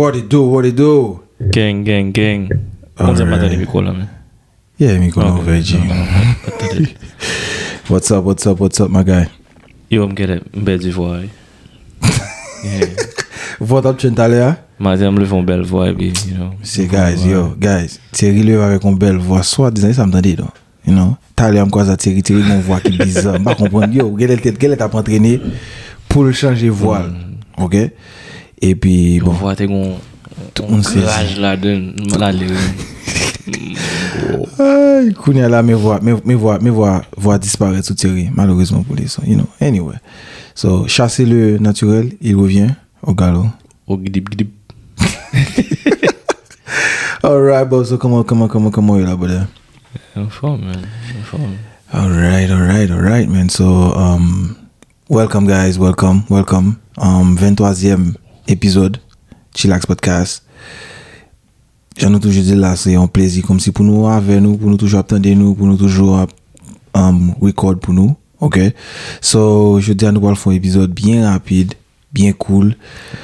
What it do? Gang. On dirait pas dans les micros là, mais. Yeah, Miko, no veggie. What's up, my guy? Yo, me get it, belle voix. Yeah. Voix up Chentalea? Madame le font belle voix, you know. C'est guys, Thierry le avec une belle voix, soit disant ça me tendait, you know. Talia me quoi ça Thierry mon voix qui bizarre, pas comprendre yo, quelle t'a entraîné pour changer voix. OK? Et puis bon, voix t'es gon tout le monde sait là dedans, là Ay, kounya là mes voix disparaître sous Thierry, malheureusement pour les sons, you know. Anyway. So, chasser le naturel, il revient au galop. Au gidip. Alright, boss. So, comment est là, brother? I'm fine, man. Alright, man. So, welcome, guys. Welcome. 23e épisode, Chillax Podcast. J'en ai toujours dit là, c'est un plaisir comme si pour nous, avec nous, pour nous toujours attendre nous, pour nous toujours record pour nous. OK? So, je dis à nous allons faire un épisode bien rapide, bien cool.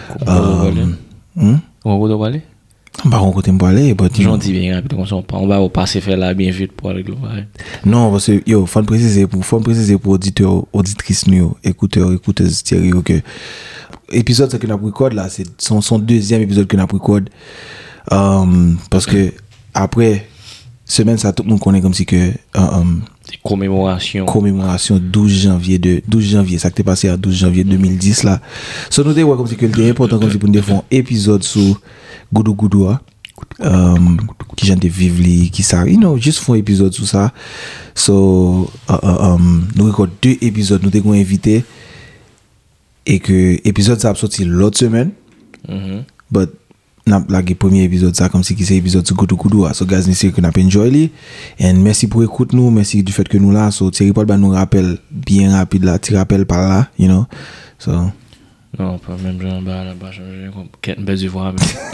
On va aller? On va rencontrer parler, j'en dis bien rapide, on va passer faire là bien vite pour aller global. Non, parce que yo, faut préciser pour auditeurs, auditrices nous, écouteuses Thierry, OK. Épisode que nous avons record là, c'est son deuxième épisode que nous avons record. Parce que après semaine ça tout le monde connaît comme si que commémoration 12 janvier ça qui est passé à 12 janvier 2010 là. So nous devons comme si que c'est important comme si pour nous faire un épisode sur Goudou qui j'en de vivre qui ça, you know, juste faire un épisode sur ça. So nous record 2 épisodes, nous devons inviter et que épisode ça a sorti l'autre semaine. But la premier épisode ça comme si c'est épisode sur Goudou so guys n'essayez que n'a pas enjoy et merci pour écouter nous, merci du fait que nous là. So Thierry Paul nous rappelle bien rapide là, tu rappelles par là, you know. So non pas même genre là bas changer comme belle voix.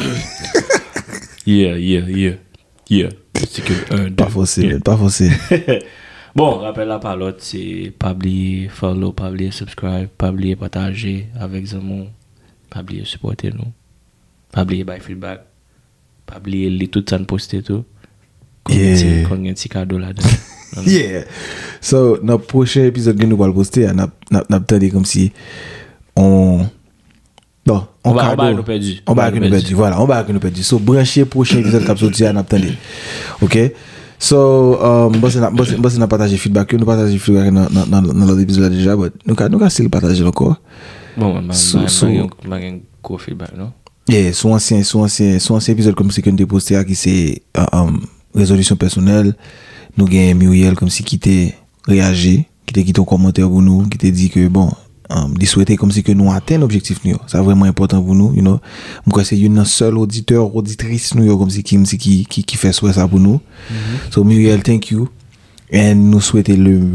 Yeah. C'est que pas forcé. Bon, rappel la parole, c'est pas oublier follow, pas oublier subscribe, pas oublier partager avec Zamon, pas oublier supporter nous. Pas oublier by feedback, pas oublier les tout ça poster tout. Yeah. Quand un petit cadeau là-dedans. Yeah. So notre prochain épisode que nous allons poster, n'a tendé comme si on va nous perdu. Voilà, on va nous perdu. So brancher prochain épisode cap sorti n'a tendé. OK? So boss n'a partagé feedback, nous partager feedback dans l'autre épisode déjà, but nous ca still partager encore. Bon, ma gros feedback, non? Yeah, son ancien épisode comme si que nous avons posté qui c'est résolution personnelle. Nous gagne Muriel comme si qui t'a réagi, qui t'a quitté un commentaire pour nous, qui t'a dit que bon, il souhaitait comme si que nous atteignons l'objectif nous. C'est vraiment important pour nous, you know. Moi c'est une seule auditrice nous comme si qui fait souhait ça pour nous. So Muriel, thank you. Et nous souhaitons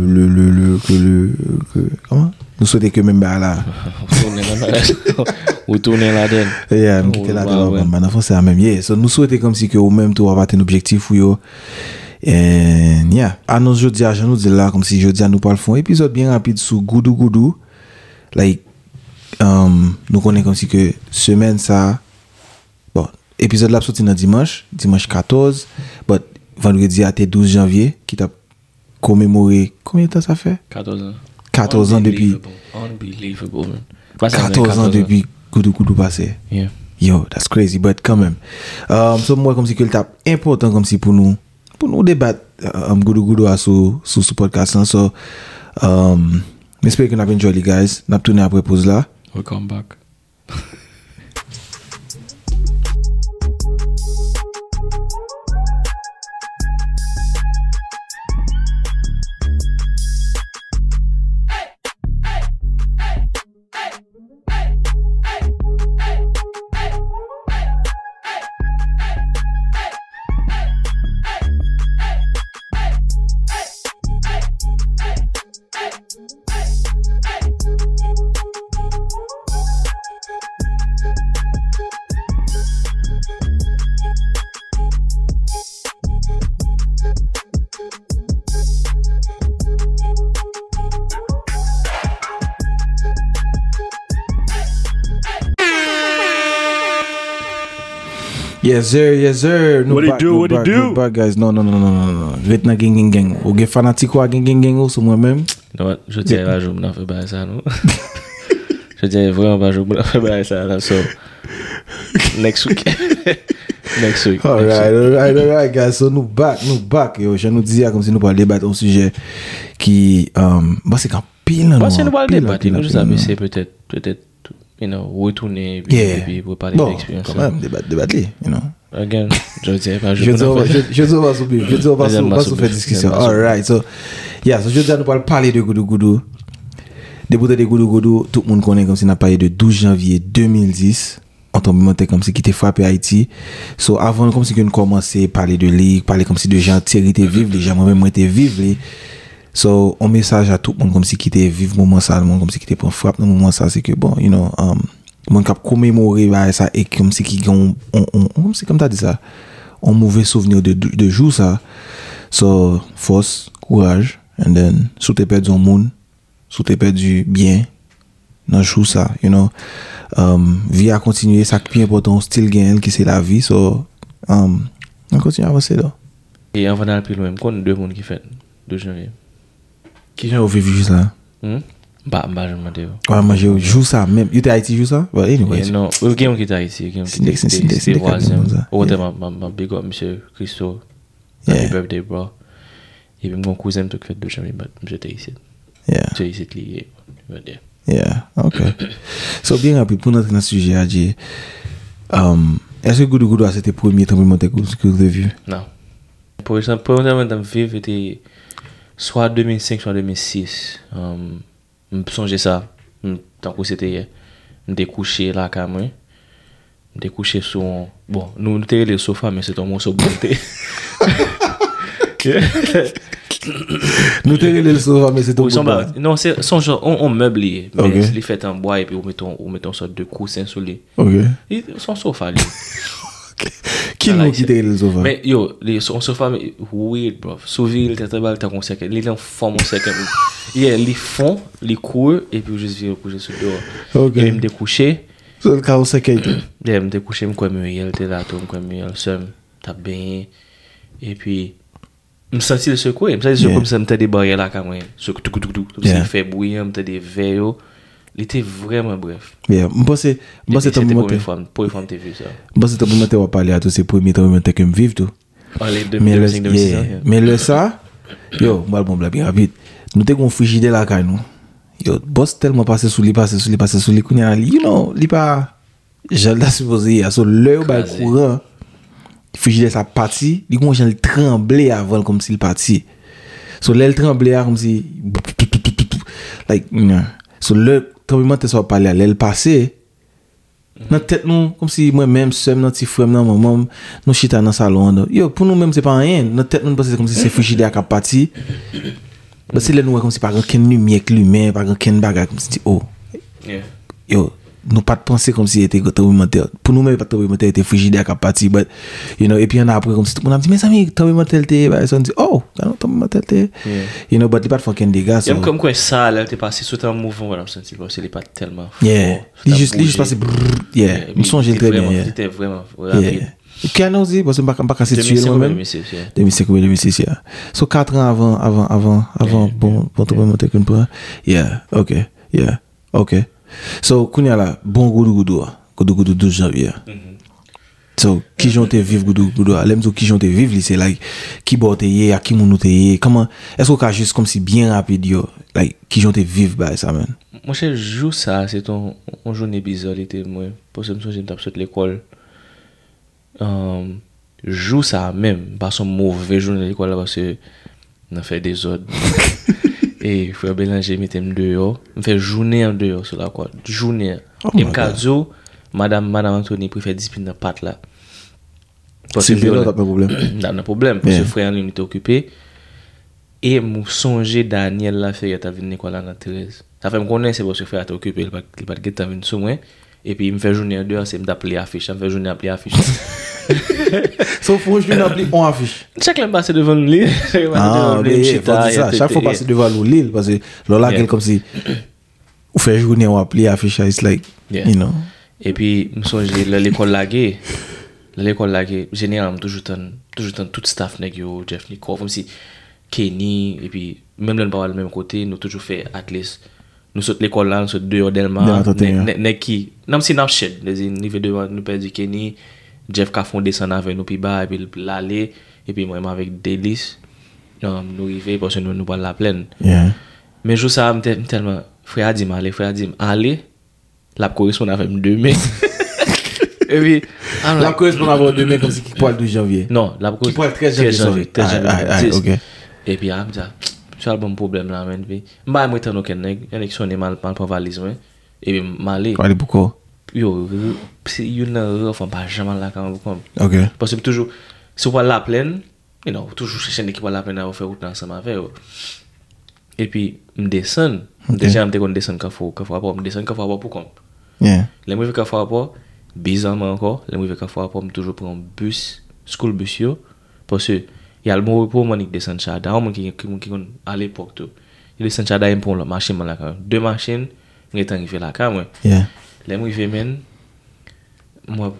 comment? Nous souhaitons que même là retourner là-dedans. Yeah, nous quitter là-dedans. Maintenant c'est la même. Yeah, so nous souhaitons comme si que au même temps avoir un objectif ou yo. Et yeah, annonce jeudi à nous dire là comme si jeudi à nous parle fond épisode bien rapide sur Goudou. Like nous connaissons comme si que semaine ça bon, épisode là sorti dans dimanche 14, but vendredi à 12 janvier qui t'a commémoré combien de temps ça fait? 14 ans depuis. Unbelievable. 14 ans depuis Goudou passé. Yeah. Yo, that's crazy, but quand même. So moi comme si que le tape important comme si pour nous débattre Goudou sur ce podcast là. So j'espère que vous avez enjoyé les guys. N'a tourné après pause là. Welcome back. Yes sir. What it do? No back, guys. Non. Vet nan gang. Ou gen fanatique ou gang ou sur moi-même. Non, je dirais pas je m'en fais pas ça non. Je dirais vraiment pas je m'en fais pas ça là. So next week. Alright, guys. So nous back. Yo, je nous disais comme si nous parlions débattre un sujet qui c'est qu'un pile là. C'est nous parler débattre, nous juste c'est peut-être retourner puis pour parler d'expérience. Quand même débattre, you know. Again, je dirais pas je vais faire discussion. Alright. So je dis nous parler de Goudou. Des bouteilles de Goudou, tout le monde connaît comme si on a parlé de 12 janvier 2010. En tant que comme si qui était frappé Haïti. So avant comme si qu'on commençait à parler de ligue, parler comme si de gens Thierry était vivre, les gens moi-même étaient vivre. So un message à tout le monde comme si qui était vivre moment ça, le monde comme si qui était pour frappe dans moment ça, c'est que bon, you know, mon cap commémorer ça et comme si qui on comme si comme t'as dit ça, un mauvais souvenir de jour ça. So force, courage, and then sous t'es perdu un monde, sous t'es perdu bien dans jour ça, you know. Vie à continuer, ça qui est important, style gain qui c'est la vie, so on continue à avancer là. Et avant d'aller plus loin, qu'on deux monde qui fait 2 janvier. Qui j'ai vécu juste là? Bah je me dis. Ouais, moi j'ai joué ça même. Tu t'es Haïti joue ça? Bah anyway. Non, il y a qui est Haïti, c'est voisin. Au début ma big up monsieur Christo. Happy birthday bro. Et puis mon cousin tout fait 2 janvier, j'étais ici. Tu ici lié. Yeah, okay. So bien rapide pour notre sujet à dire est-ce que Goudou a c'était premier tremblement de terre que vous avez vu? Non. Pour exemple, pour tremblement de terre était soit 2005 soit 2006. Me songe ça tant que c'était hier. Me couché là quand même. Me couché sur bon, nous était le sofa mais c'est un morceau bonté. Nous t'es le sofa mais c'est ton non c'est son genre on meublé mais il fait en bois et puis on met une sorte de coussin sur lui. Et son sofa lui. Qui nous quitte le sofa? Mais yo son sofa weird bro. Souville t'es bal t'as conseillé il est en forme on sait que il fond il court et puis juste vient coucher sur dehors. Il me découcher. So le cas c'est qu'il il me découcher me comme il était là tout comme il seul t'as bien et puis je me sentis le secouer, comme ça me t'as des barrières là quand même, comme ça fait bruit, me t'as des verres, il était vraiment bref. Moi c'est ton moment pour une fois t'as vu ça. Moi c'est ton moment t'as parlé à tous ces premiers temps que me vivre tout. Les 2005 2006. Mais le ça, yo, moi bon bien rapide. Nous t'ai qu'on frigidaire là quand nous. Yo, boss tellement passé sous lui kounya, you know, li pas j'allais supposer à so l'heure ba courant. Frigidaire ça parti, il commence à trembler avant comme s'il parti. So l'aile tremblait comme si like so le tremblement te soit parler l'aile passé. Dans tête nous comme si moi même seul dans petit frère dans maman nous chita dans salon. Yo pour nous même c'est pas rien. Dans tête nous c'est comme si c'est frigidaire qui a parti. Parce que là nous comme si pas aucune lumière lumière, pas aucune bagarre comme si oh. Yo nous pas penser comme si était tremblement de terre. Pour nous même pas tremblement de terre était frigidaire qui a parti but you know et puis on a après comme si tout le monde a dit mes amis tremblement de terre était on dit oh tremblement de terre you know but il pas de fucking dégâts so comme quoi ça là était passé sur un mouvement voilà me sentir parce qu'il est pas tellement il juste passé me songe très bien c'était vraiment rapide. Quand on dit parce que pas casser tuer moi-même 2006 so 4 ans avant bon tremblement de terre qu'on prend OK so kounya la bon Goudou 12 janvier. So qui jonte vivre Goudou l'aime qui jonte vivre c'est like qui boté à qui moun té comment est-ce que juste comme si bien rapide yo like qui jonte vivre bah ça man. Moi je joue ça c'est un journée bizarre était moi parce que je me tape sur l'école joue ça même pas son mauvais journée l'école parce que on fait des ordres. Et frère Bélanger mettait dehors, me fait journée en dehors sur la quoi, journée. Et me cadeau madame Anthony préfère discipline dans patte là. Parce que là pas problème. Pas problème parce que frère lui était occupé et me songer Daniel la fait ta venir quoi là dans 13. Ça fait me connaître c'est parce que frère était occupé il pas de ta venir sur moi et puis il me fait journée en dehors c'est me d'appeler affiche, me fait journée appeler affiche. Sauf faut je n'appeler on affiche. Chaque fois passer devant le lit, chaque fois passer devant le lit parce que là quel comme si ou fait journée on appeler affiche it's like you know. Et puis me songer l'école lagué l'école là que généralement toujours tout staff nèg yo Jeff Nicole comme si Kenny et puis même là pas le même côté nous toujours fait atlas nous saute l'école là nous saute dehors Delma nèg qui non si n'a shed les niveau de nous perdu Kenny Jeff ka fondé ça avec nous puis bas et puis l'aller et puis moi avec Delis nous arriver parce que nous pas la plaine mais jour ça tellement frère a dit aller la correspond avec 2 mai et puis la correspond avec 2 mai comme si qui parle 12 janvier non la correspond le 13 janvier OK et puis me dit c'est un bon problème là men puis moi étant aucun nèg qui sonné mal pour valise et puis malé pourquoi yo enfin pas jamais là quand OK parce que toujours si on va la plaine toujours chercher une équipe à la plaine à faire route ensemble avec et puis me descend déjà me descend quand faut rapport me descend quand faut rapport pour comme les moi quand faut rapport bizarrement encore les moi quand faut rapport me toujours prendre bus school bus yo parce que il y a le mot pour moi qui descend Chada on qui à l'époque tout il descend Chada pour la machine là quand 2 machines me est arrivé là quand moi les moi fait men moi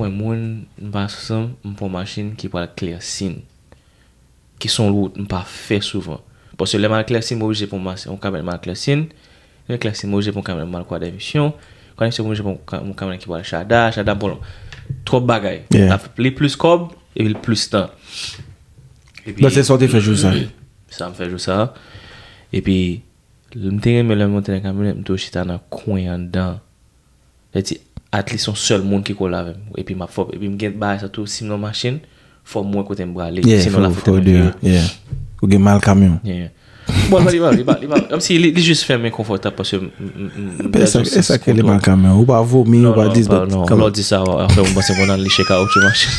passe pour machine qui pour la clair signe qui sont route pas fait souvent parce que les mal clair signe obligé pour on caméra mal clair signe les clair signe obligé pour caméra mal quoi d'émission quand c'est obligé pour caméra qui pour la Chada bon trop bagaille les plus cob et le plus temps et puis c'est sorti fait jouer ça me fait jouer ça et puis le me le monter dans caméra me toucher dans coin en dedans c'est at least son seul monde qui colle avec et puis me get bail ça tout sinon machine faut moi côté me braler sinon la faut ou get mal camion bon il va comme si il juste fermé confortable parce que c'est ça que les mal camion ou pas vomir ou pas dire non on dit ça après on passe dans les chèques out machine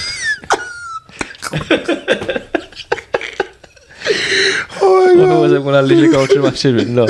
on va on a les chèques out machine non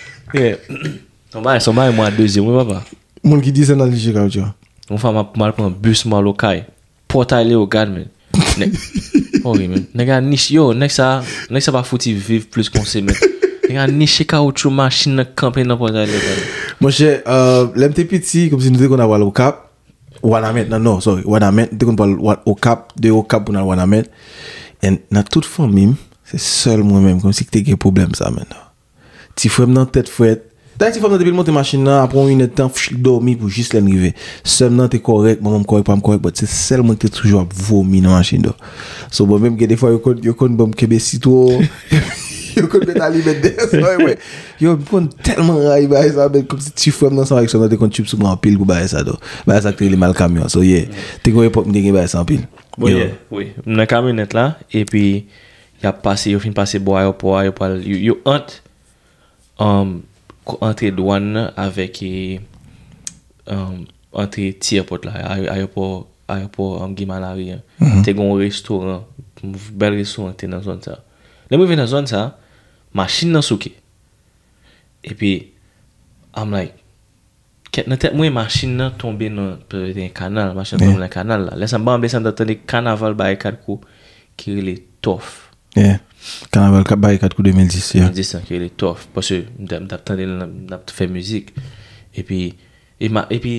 son bail moi deuxième oui papa monde qui dit ça dans le chèque out on fait mal prendre bus mal au caille portail au garde oui mais nèg niche yo nèg ça pas fouti vivre plus qu'on sait mais nèg niche caoutchouc machine camper dans portail mon cher l'MT petit comme si nous qu'on avoir au cap Wanamet non sorry Wanamet dès qu'on parle au cap pour dans Wanamet et dans toute famille c'est seul moi même comme si que t'es problème ça maintenant ti frère dans tête fouette t'as ti frère depuis monter machine là après une temps dormir pour juste l'arriver seulement t'es correct moi correct pas correct mais c'est seulement que t'es toujours vomir dans machine là so bon même que des fois yo kon bon kebe sito yo kon mettre à limite ouais yo prend tellement raille ça comme si tu frère dans ça avec ça t'es kon tube sur en pile pour bailler ça do bailler ça les mal camion so t'es go époque me bailler ça en pile oui dans camionnette là et puis il a passé il fin passer boire yo entre douane avec entre Tierport là aéroport Guimanari t'es un restaurant bel restaurant t'es dans zone ça les moi dans zone ça machine dans souké et puis I'm like dans tête moi machine tomber dans un canal machine tomber dans le canal là laisse moi baisser d'entendre carnaval by 4 coups qui les tough Carnaval by 4 coups 2010 2010 qui est tough parce que d'attendre n'a fait musique et puis le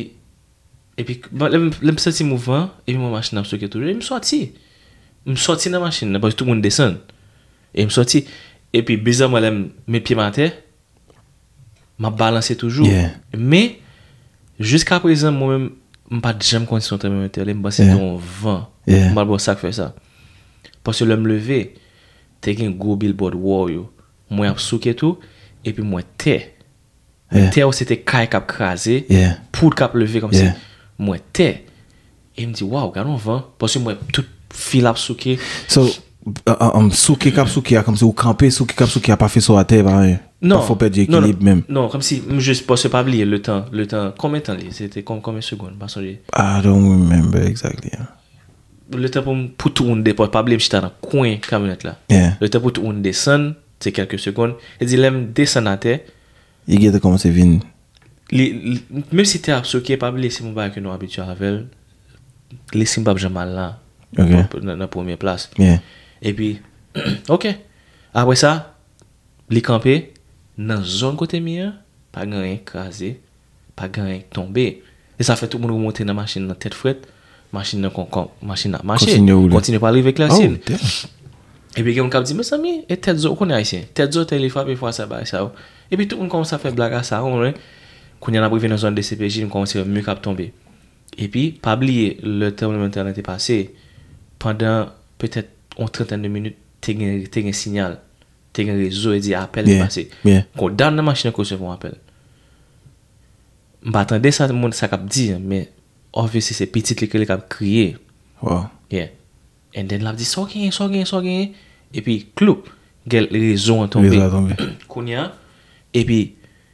petit mouvement et puis mon machine a sauté toujours me sorti dans la machine parce que tout le monde descend et me sorti et puis bizarrement mes pieds matin m'a balancé toujours mais jusqu'à présent moi même pas jamais concentrer me télé me passer dans vent mal bon ça fait ça parce que le me lever t'es un gros billboard warrior moi a souké tout et puis moi t'es c'était caille cap crasé pour cap lever comme ça moi t'es et me dit waouh regarde on vent parce que moi tout fil a souké so souké cap souké comme si ou camper souké cap souké a pas fait sur la terre pareil non faut perdre l'équilibre même non comme si juste parce que pas oublier le temps combien de temps c'était combien de secondes pas songer I don't remember exactly le temps pour tout monde pas oublier j'étais dans coin camionnette là le temps pour tout monde descendre c'est quelques secondes et dit l'aime descendre à terre il a commencé vinn même si t'es absoqué pas laisser mon bail que nous habitués avec laisser pas jamais là dans la première place et puis OK après ça les camper dans zone côté mien pas gagner écrasé pas gagner tomber et ça fait tout le monde remonter dans machine dans tête frette machine a marché. Continue pas arriver éclaircir. Oh, damn. Et puis, on dit, mes amis, et tête zo, qu'on est haïtien. Tête zo, t'es les frappes, fois ça, bah, ça. Et puis, tout le monde commence à faire blague à ça, on qu'on y a privé dans la zone de CPJ, on commence à mieux qu'à tomber. Et puis, pas oublier, le tremblement de terre était passé, pendant peut-être une trentaine de minutes, t'es un signal, t'es un réseau, et dit, appel est passé. Quand dans la machine, qu'on se fait un appel. M'attendais ça, monde ça cap dit, mais, obviously, c'est petit que cap crier. Wow. Yeah. And then la dit so gain et puis clou les réseaux ont tombé Kounia et puis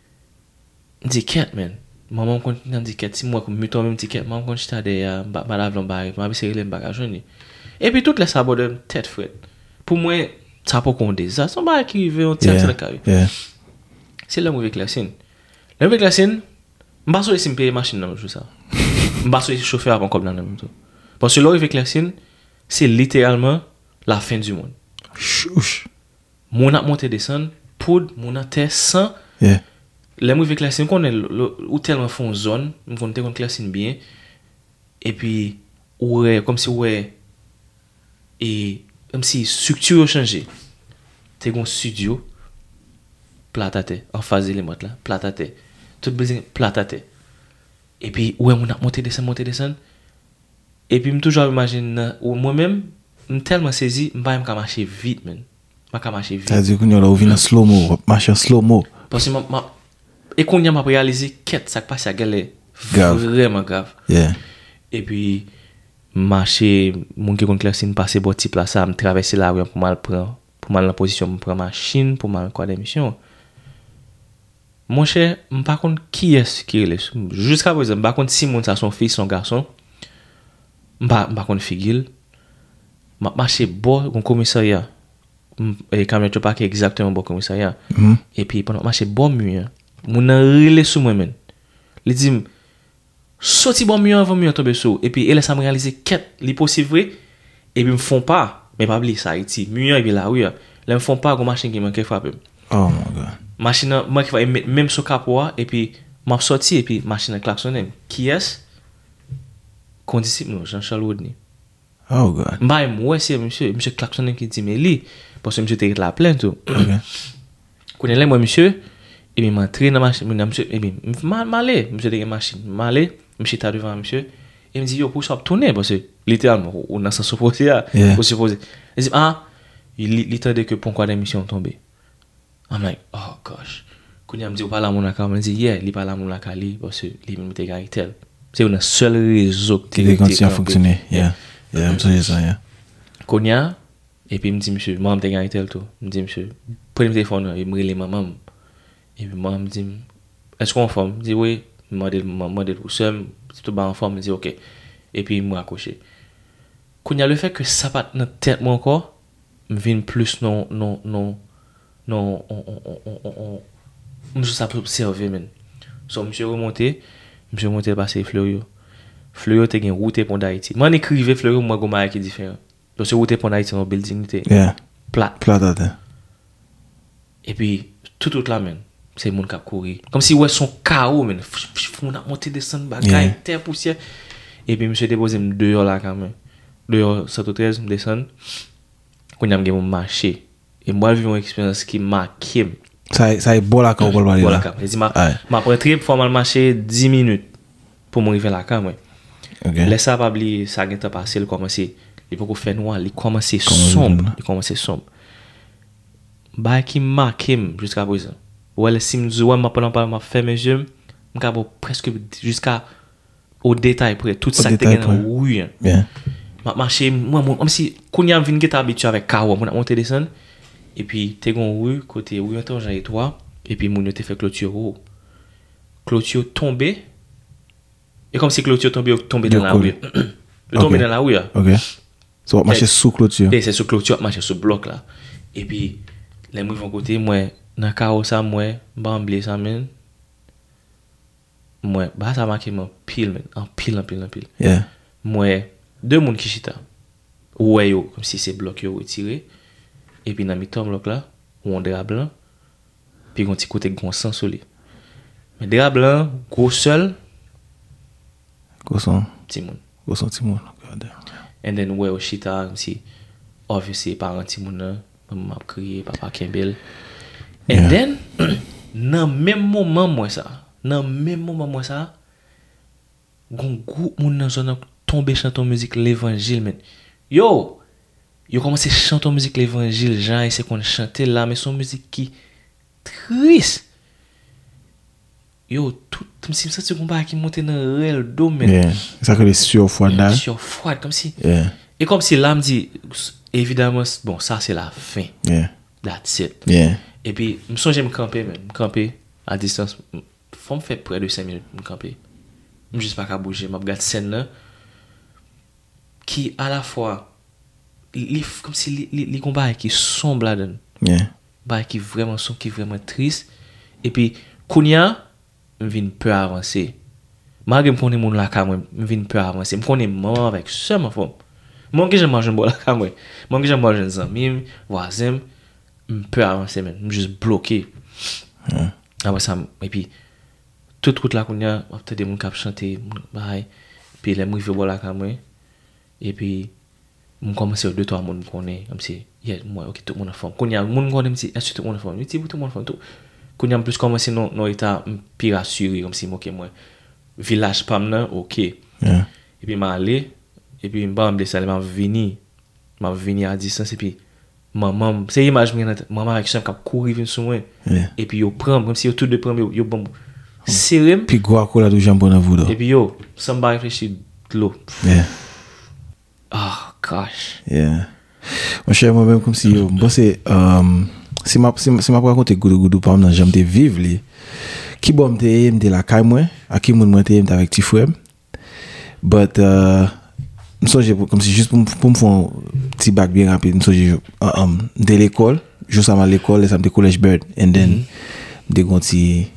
ticket man maman compte dans ticket si moi comme muto même ticket maman compte j'étais derrière ba la vlon m'a serré les bagages et puis toute la sabot de tête fret pour moi ça pas compter ça son ba qui veut on tient sur le carré c'est là où avec la scène m'pas sur les payer machine dans tout ça m'pas sur chauffeur avant comme dans même tout parce que là avec la scène c'est littéralement la fin du monde. Chouch. Mon a monté descendre, poudre, mon a terre sans. Yeah. Les mauvais classines qu'on est ou tellement font zone, on compte qu'on classine bien. Et puis ouais, comme si ouais et comme si structure a changé. T'es un studio plataté en phase élément là, plataté. Tout besoin plataté. Et puis ouais, on a monté descendre. Et puis, je toujours imagine, moi-même, je tellement saisi, je ne peux pas marcher vite, man. Je ne peux pas marcher vite. C'est-à-dire qu'on a vu en slow-mo, marcher en slow-mo. Parce que, et qu'on a réalisé que ça passe à galère. Vraiment grave. Yeah. Et puis, marcher, mon qui classe, passer par type là, ça, me traverser la rue pour mal prendre, pour mal en position, pour prendre machine, pour mal quoi d'émission. Mon cher, je ne sais pas qui est-ce qui est. Jusqu'à présent, je ne sais pas si mon ça son fils, son garçon. M'a kon figil m'a marché bon au commissariat et quand même tu pas exactement bon commissariat et puis pendant marché bon mur mon relé sous moi men il dit sorti bon mur avant mur tomber sous et puis elle ça me réaliser quête li possible vrai et puis me font pas mais pas oublier ça Haïti mur et puis là oui là me font pas une machine qui manque frapper oh my god machine moi qui va même sur capot et puis m'a sorti et puis machine klaxonner qui est condisciple non Jean-Charles Rodney. Oh god. Bah moi c'est monsieur klaxonner qui dit mais lui parce que monsieur était la plainte tout. OK. Connais là moi monsieur et puis m'entrer dans machine monsieur et puis m'aller monsieur était machine m'aller monsieur était devant monsieur et me dit yo pour ça tourner parce que littéralement on a ça supposé pour supposer. Il dit il tendait que pourquoi l'émission tombée. I'm like oh gosh. Quand il me dit ou pas là mon account me dit yeah il pas là mon account parce que il me était caractère. C'est un seul réseau qui continue à fonctionner. Yeah, I'm sorry ça, yeah. Konya, et puis il me dit, monsieur, moi, je suis tel tout. Il me dit, monsieur, prenez le téléphone, il me relève maman. Et puis moi, je me dis, est-ce qu'on est en forme? Il dit, oui, je me demande pour seul, si tout est en forme, il me dit, ok. Et puis il m'a accroché. Konya, le fait que ça part dans la tête, moi encore, me vient plus non, ça peut observer, man. So, monsieur remonté passer Fleurio. Fleurio te gen route pour d'Haïti. Moi écrivais Fleurio moi goma qui différent. Parce que route pour d'Haïti en building était plat. Et puis tout là men, c'est monde qui courir. Comme si ouais son chaos men. On a monté descendre bagaille terre poussière. Et puis monsieur déposé dehors là quand même. Dehors 113 me descendre. Qu'on a mon marché. Et moi j'ai une expérience qui marqué. Ça est bon là quand on parle là. J'ai dit m'a prêté pour mal marcher 10 minutes pour m'arriver là quand même. OK. Laisse ça pas oublier ça gagne passé il commencer il faut faire noir, il commencer sombre. Bah qui marqué jusqu'à présent. Ouais si me ouais m'a pendant pas m'a fait mes yeux, m'ca presque jusqu'à au détail près tout ça que gagne oui. Bien. M'a marché moi comme si qu'on y a vinn qui habitué avec carreau, on a monté descendre. Et puis, t'es gon rue, côté rue, attends, j'ai toi. Et puis, moun te fait clôture. Clôture tombée. Et comme si clôture tombée dans la rue. Tombée dans la rue. OK. So, marcher sous clôture. Et c'est sous clôture, marcher sous bloc là. Et puis, les mouilles vont côté, moi, dans le carreau, ça, moi, m'emblé ça, men. Moi, bah, ça marque en pile, men. En pile. Yeah. Moi, deux moun qui chita. Ouais, yo, comme si c'est bloc yo retiré. Et puis dans mi tombe là on drap blanc puis on petit côté gros sang sur lui mais drap blanc gros seul gros sang petit monde Gros sentiment. And then ouais, au chita, comme si, obviously, parents ti moun nan, m'a crié, papa Kembel. And then, nan même moment moi ça, gon groupe moun nan zone tomber chanter musique l'évangile men. Yo commencé chanter musique l'évangile, Jean c'est qu'on chanter là mais son musique qui triste. Yo tout comme si ça c'est combat qui monter dans réel domaine. Ça que les surfroid là. Surfroid comme si. Et comme si là me dit évidemment bon ça c'est la fin. That's it. Et puis me songe me camper à distance. Faut me faire près de 5 minutes me camper. Juste pas qu'à bouger, m'a regarde scène là qui à la fois comme si les combats qui sombre là-dedans. Bah qui vraiment sombre, qui vraiment triste et puis kounya me vinn peu avancer. Malgré me connais mon la moi, me vinn peu avancer. Me connais maman avec ça ma femme. Moi que j'aime manger bon la moi. Moi que j'aime manger des amis, voisins, me peu avancer même, me juste bloqué. Après ça et puis toute route là qu'on y a peut-être des gens qui chanter bye puis les moi veut la moi et puis on commence deux trois monde connaît comme si moi OK tout le monde femme qu'on y a monde connaît me dit est-ce que tout le monde femme dit tout le monde femme tout qu'on y a plus commencer non état pire assuré comme si OK moi village pam nan OK et puis m'a aller et puis m'a me laisser m'a venir à distance et puis maman c'est image maman avec ça qui courir venir sur moi et puis yo prend comme si yo tout de prendre yo bon serré puis quoi cola de jambon à vous et puis yo somebody réfléchir de l'eau gosh mon cher moi même comme si yo bon c'est ma raconter goudou par exemple j'aime te vivre li qui bon me la caille moi à qui moun moi te avec petit frère but comme si juste pour me faire un petit bac bien rapide de l'école juste avant l'école ça me collège bird and then de gonti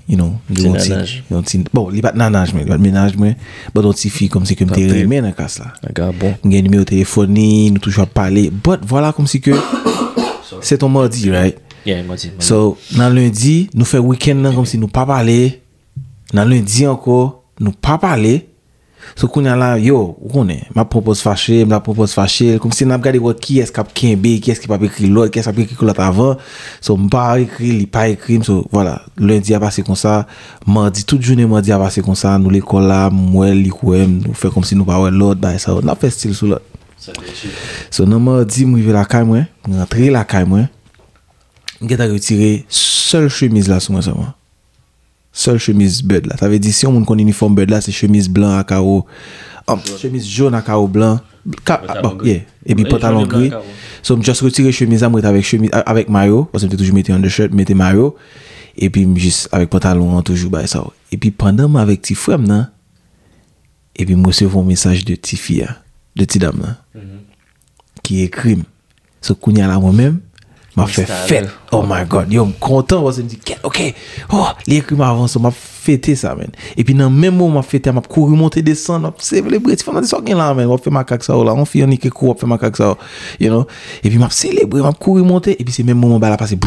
bon li pas nanage mais ménage mais but on ti fille comme si que me te remet dans casse là bon gagne numéro téléphone nous toujours parler but voilà comme si que c'est ton mardi right mardi so dans lundi nous fait week-end comme si nous pas parler dans lundi encore nous pas parler. So kounya là yo on connaît m'a propose fâché comme si n'a regarder qui est-ce qui Kembe qui est-ce qui pas écrit l'autre qui est-ce qui écrit l'autre avant so m'pas écrit il pas écrit so voilà lundi a passé comme ça mardi toute journée mardi a passé comme ça nous l'école là moi li nous fait comme si nous pas l'autre bah ça on a fait style sur l'autre so non mardi m'river la caille moi rentrer la caille moi m'geta retirer seule chemise là sur moi seulement seule chemise bird là ça veut dire si on connaît uniforme bird là c'est chemise blanc à carreau chemise jaune à carreau blanc et puis pantalon gris so me juste retirer chemise avec maillot parce que toujours mettre undershirt mettre maillot et puis juste avec pantalon toujours bah ça et puis pendant moi avec petit frère là et puis moi recevoir un message de petite fille de petite dame là qui écrit so kounya là moi même m'a fait fête. Oh my god, yo content parce que me dit OK. Oh, l'écrit m'a avancé, m'a fêté ça man. Et puis dans même moment m'a fêté, m'a couru monter descendre, m'a célébrer, tu fais ça là man, on fait ma caca ça là, on fait unique cours, on fait ma caca ça. You know? Et puis m'a célébrer, m'a couru monter et puis c'est même moment bah là passer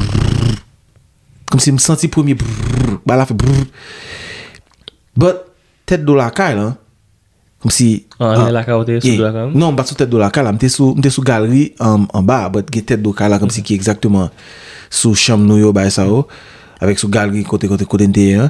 comme si me senti premier bah là fait but tête de la caille là. Comme si la carotte sous la carotte non pas sous tête de la caille m'était sous galerie en bas but tête de caille là comme si qui exactement sous chambre nous yo ba ça avec sous galerie côté intérieur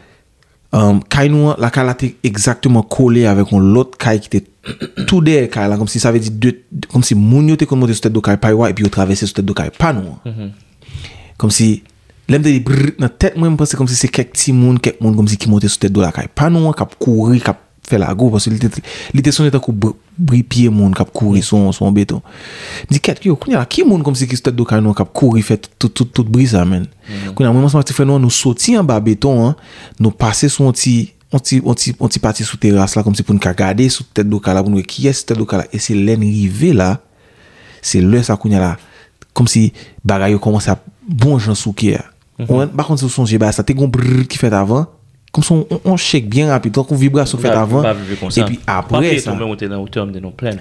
caille nous la caille était exactement collée avec l'autre caille qui était tout derrière caille là comme si ça veut dire comme si moun yo était comme monter sous tête de caille pas et puis yo traverser sous tête de caille pas nous comme si l'aime de dans tête moi me pense comme si c'est quelques petits monde comme si qui monter sous tête de la caille pas nous cap courir cap faire la go parce qu'il était sonné tant que bripier monde cap courir son béton dit qu'est-ce yo kounya qui monde comme si qui tête de canon cap courir fait tout brise ça men kounya moi ça fait nous sorti en bas béton nous passer son petit parti sous terrasse là comme si pour nous regarder sous tête de là pour nous qui est tête de là et c'est l'arrivée là c'est là ça kounya là comme si bagaille commence à bon gens souker par contre si songe bah ça t'es gon qui fait avant comme ça on shake bien rapide donc on vibration fait avant et puis après ça monter dans hauteur de nos plaines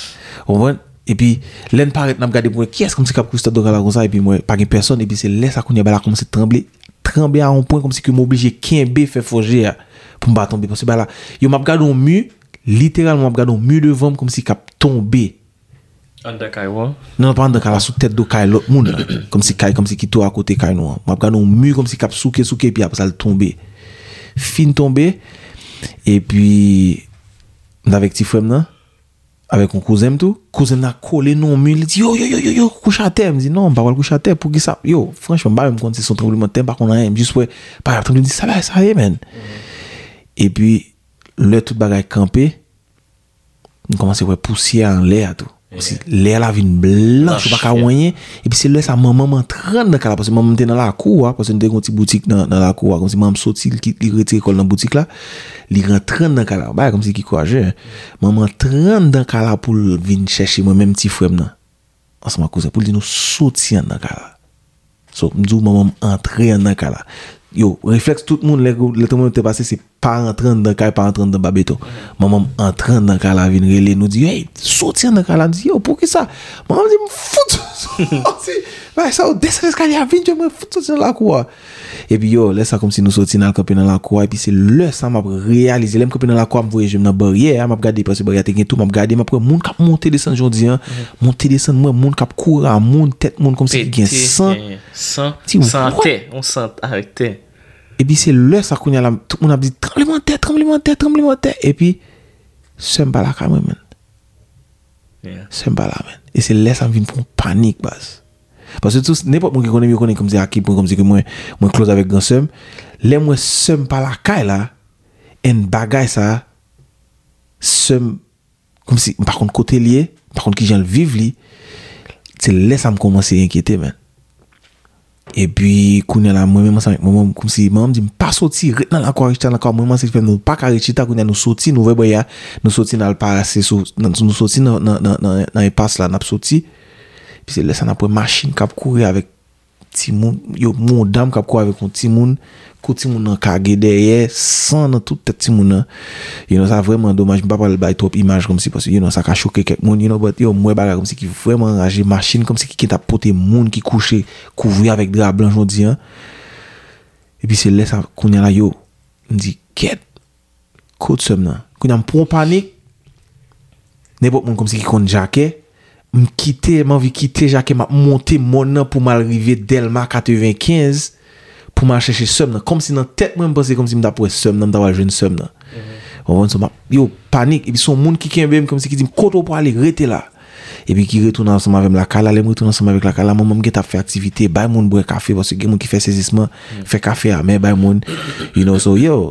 et puis l'en paraît n'a regarder pour qui est-ce comme si cap Christophe là comme ça et puis moi pas une personne et puis c'est là ça qu'on y a là commencer trembler à un point comme si que m'obligé Kembe fait forger pour me tomber parce que là yo m'a regarder au mur littéralement, je regarde un mur devant comme si cap tombé. En Dakar, Non, pas en Dakar, sous tête de Kai, l'autre monde, là. Comme si qui tourne à côté Kai nous. Je regarde un mur comme si cap souké, puis après ça, le tomber. Fin tombé. Et puis, avec petit frère, là, avec mon cousin, tout. Cousin a collé non mur, il dit, yo, couche à terre. Je dis, non, pas couche à terre, pour qui ça? Yo, franchement, pas même quand c'est son tremblement de terre, par contre, rien, juste, ouais, par exemple, il dit, ça va, man. Et puis, le tout bagaille campé, on commence à voir poussière en l'air, tout. L'air la vine blanche, pas qu'à rien. Et puis c'est là ça maman m'entraîne dans la parce que maman était dans la cour parce que nous avons une petite boutique dans la cour comme si maman sorti il retire dans la boutique là, il rentre dans la bah comme si qui courageux. Maman entraîne dans la pour venir chercher moi même petit frère là. Ensemble cousin pour dire nous sortir dans la. So m'dou maman entrer dans la. Yo, réflexe tout le monde le temps était passé c'est pas rentrer dans la pas rentrer dans babeto. Maman entrer dans la vinn relé nous dit hey, sortir dans la dit yo pour qui ça? Maman dit me fout. Bah ça descend l'escalier vinn je me fout dans la cour. Et puis yo, laisse ça comme si nous sortir dans le camper dans la cour et puis c'est le ça m'a réalisé l'aime camper dans la cour me voyer je dans barrière m'a regarder parce que barrière était tout m'a regarder m'a après monde cap monter descendre jodi monter descendre moi monde cap courir monde tête monde comme si gain sang santé on sent avec terre. Et puis c'est là ça qu'on y a là tout le monde a dit tremblement de terre et puis c'est pas là quand même c'est pas là man et c'est là ça me vient pour panique base parce que tout n'importe qui connaît comme ça qui comme si que moi close avec grand somme les moi somme pas la caille là en bagaille ça somme comme si par contre côté lié par contre qui j'en vivre li c'est là ça me commence à inquiéter man. Et puis kounya la moi même avec maman comme si maman dit pas sortir dans la cour dans la cour moi c'est fait nous pas carré chita kounya nous sorti nous voyons nous sorti dans le passer nous sorti dans impasse là n'a sorti puis c'est là ça n'a pas machine cap courir avec petit monde yo mon dame cap courir avec un petit monde côté monde en cargué derrière sans dans toute tête petit monde you know ça vraiment dommage pas parler bail trop image comme si parce que you know ça a choqué quelqu'un monde you know but yo moi bagarre comme si qui vraiment enragé machine comme si qui t'a porté monde qui couché couvert avec drap blanc jodi hein et puis c'est là ça qu'on y a là yo me dit quête côte somme là qu'on a pour panique n'importe monde comme si qui compte jacket m'envie quitter jacket m'a monter mon pour m'arriver Delma 95 pour m'aller chercher somme comme si dans tête moi me penser comme si m'ta pour somme dans d'avoir jeune somme là on va yo panique et puis son monde qui kembe comme si qui dit côté pour aller rester là et puis qui retourne ensemble avec la cala les retourne ensemble avec la cala maman qui t'a fait activité bay monde boire café parce que monde qui fait saisissement fait café mais bay monde you know so yo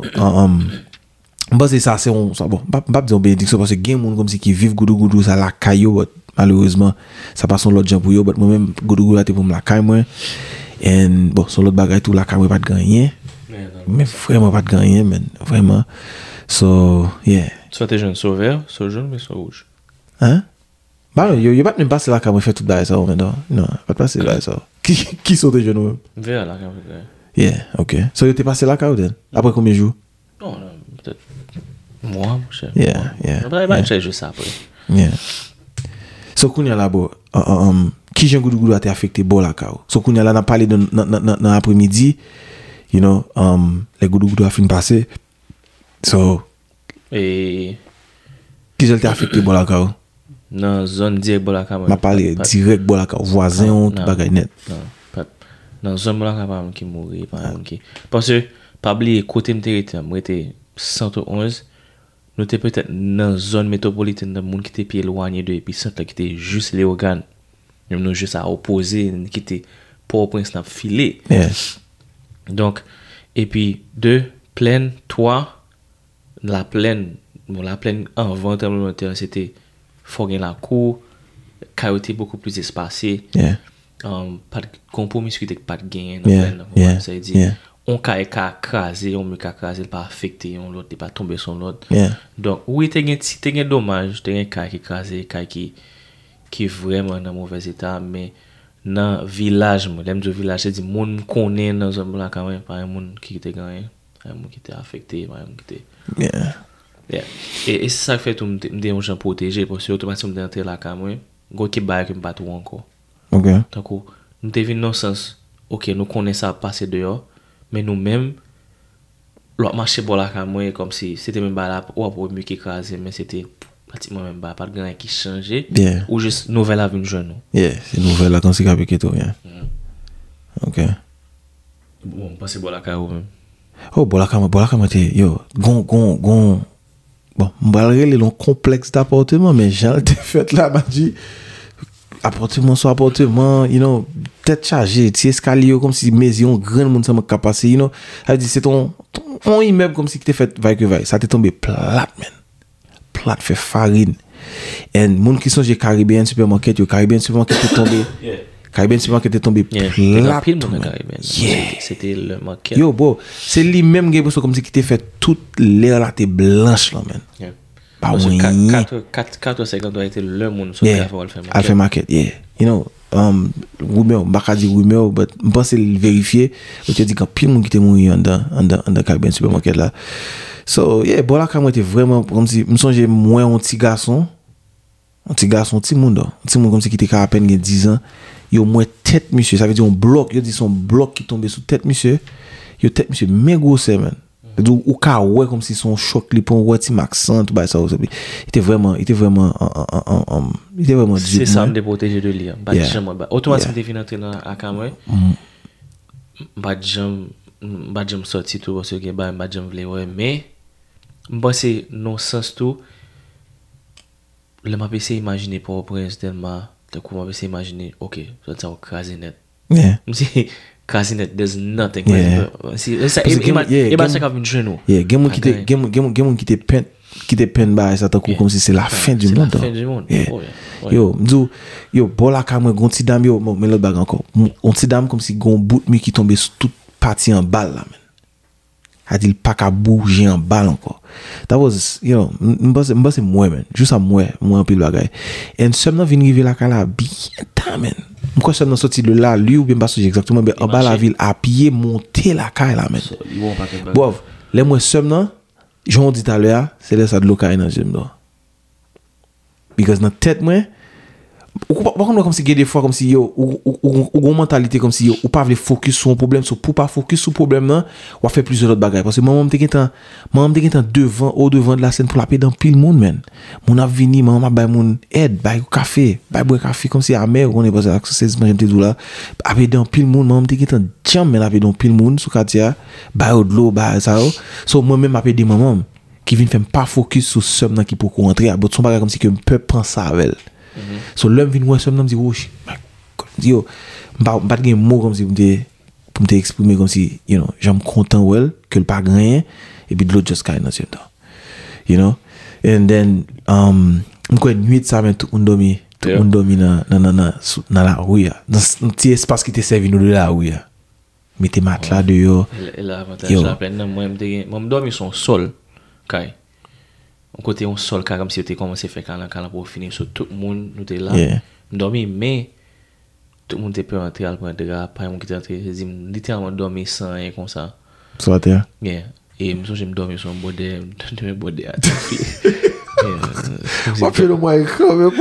bah c'est ça c'est on ça bon pas dire bénédiction parce que game monde comme si qui vivent goudou ça la caillou malheureusement ça passe son l'autre gens pour yo moi même goudou là pour me la caille moi et bon sur l'autre bagaille tout la caille pas de gagner mais vraiment pas de gagner man vraiment so yeah soit t'es jeune soit vert soit jaune mais soit rouge hein bah yo pas même passer la caille fait tout bail ça maintenant non pas passer là ça qui sont des jeunes vert la caille yeah OK so yo t'es passé la caille après combien de jours non peut-être moi mon cher yeah bah je ça après yeah so kounya là bo qui j'ai goudou a été affecté bon la caille so kounya là n'a parlé dans après-midi you know les goudou a fini passer so et qui j'ai été affecté bon la caille dans zone direct bon la caille m'a parlé direct bon la caille voisin tout bagay net non pas dans zone bon la caille pas qui mourir pas qui parce que pas oublier côté m'était 111 nous était peut-être dans zone métropolitaine de monde qui était pied éloigné de épicentre qui était juste les organes nous juste à opposer qui était Port-au-Prince n'a filé donc et puis deux plaine 3 la plaine avant tremblement de terre c'était faut gagner la cour cailloté beaucoup plus espacé pas de compromis qui était pas de gain dans plaine ça veut dire on ka craser on me ka craser pas affecté on l'autre pas tomber sur l'autre donc oui t'es gain dommage t'es un cas qui craser cas qui vraiment dans mauvais état mais dans village moi l'aime du village c'est dit monde connaît dans zone là quand même pas un monde qui était gagné un monde qui était affecté pas un monde qui était et c'est ça fait tout me dérange protéger parce que automatiquement d'entrer là quand même go qui bail que me pas tout encore OK donc nous t'es venu dans sens OK nous connaissons ça passer dehors mais nous-mêmes l'autre marché pour la caméra comme si c'était même pas là ou pour mieux qu'écraser mais c'était pratiquement même pas de grand qui changeait ou juste nouvelle avenue jeune. C'est nouvelle là comme c'est avec tout bien. OK. Bon, passer pour la caméra même. Oh, pour la caméra yo, bon, malgré le complexe d'appartement mais j'ai fait là m'a dit appartement sur appartement, tête chargée, petit escalier comme si maison grand monde ça m'a capacité, elle dit c'est ton immeuble comme si qui t'est fait vaille que vaille, ça t'est tombé plat man. Plat fait farine. Et monde qui songe Caribbean supermarket, Caribbean supermarket est tombé. Caribbean supermarket est tombé plat. C'était le market. Yo bro, c'est lui même qui comme si qui t'est fait toute l'air là t'es blanche là man. Pas oui. 4 ou 5 doit être le monde sur Alpha Market. Rumeur, pas dire rumeur, mais je pense vérifier. Tu dis qu'il y a monde qui était mort dans Caribbean supermarket là. So, bon là quand était vraiment comme si me songe moins un petit garçon, petit monde comme si qui était à peine 10 ans, yo moins tête monsieur, ça veut dire un bloc, yo dit son bloc qui tombait sous tête monsieur. Yo tête monsieur mais gros man. Ou ka ouais comme si son choc li pon ouais ti accent tout ça il était vraiment dur. C'est ça me protéger de lui. Pas jamais automatiquement t'es fini entrer dans la caméra. Pas jamais sorti tout parce que pas jamais vle ouais mais c'est non sens tout le m'a essayé imaginer pour prince tellement de coup m'a essayé imaginer OK ça au casinet. Casinet, there's nothing. Ça comme une genou. Game qui te peine bah ça comme si c'est la fin du monde. La fin du monde. Yo bon la caméra gon ti dame yo mais l'autre bag encore. On ti dame comme si gon bout mi qui tombe sur toute partie en balle là man. A dit pas qu'à bouger en balle encore. That was m'passe moi man. Juste à moi en pile bagay. Et seulement vinn river la cala bien temps man. Pourquoi ça n'a sorti de là lui ou bien pas exactement mais en bas la ville à pied monter la caille là man. Bon, les moi seulement j'en dit tout à l'heure, c'est là ça de local dans j'aime là. Because dans tête moi par contre comme si des fois comme si yo ou mentalité comme si yo ou pas veut focus sur un problème sur pour pas focus sur problème là ou faire plusieurs autres bagages parce que maman t'es devant de la scène pour la paix dans pile monde man mon a vini maman bay mon aide bay café bay boire café comme si amer on est pas ça c'est j'aime te dire là après dans pile monde maman t'es jam mais avec dans pile monde sous quartier bay de l'eau bay ça so moi même après des maman qui vient faire pas focus sur somme qui pour rentrer à son bagage comme si que peut prendre ça avec so l'homme vient moi somme dit wesh yo pas de mot comme si pour me exprimer comme si j'aime content well que le pas rien et puis de l'autre just kind of and then quoi nuit ça mais tout on dormi dans la rue dans un petit espace qui te servi nous de la rue mettez matelas dehors et l'avantage la pleine moi me dormi son sol kai on côté on sol comme si était commencé faire quand pour finir sur tout le monde nous était là dormi mais tout le monde était peut entrer à prendre drap pas mon qui était entré littéralement dormi sans rien comme ça sur terre et je me dormi sur un bodé de mes bodé à on fait le moins quand même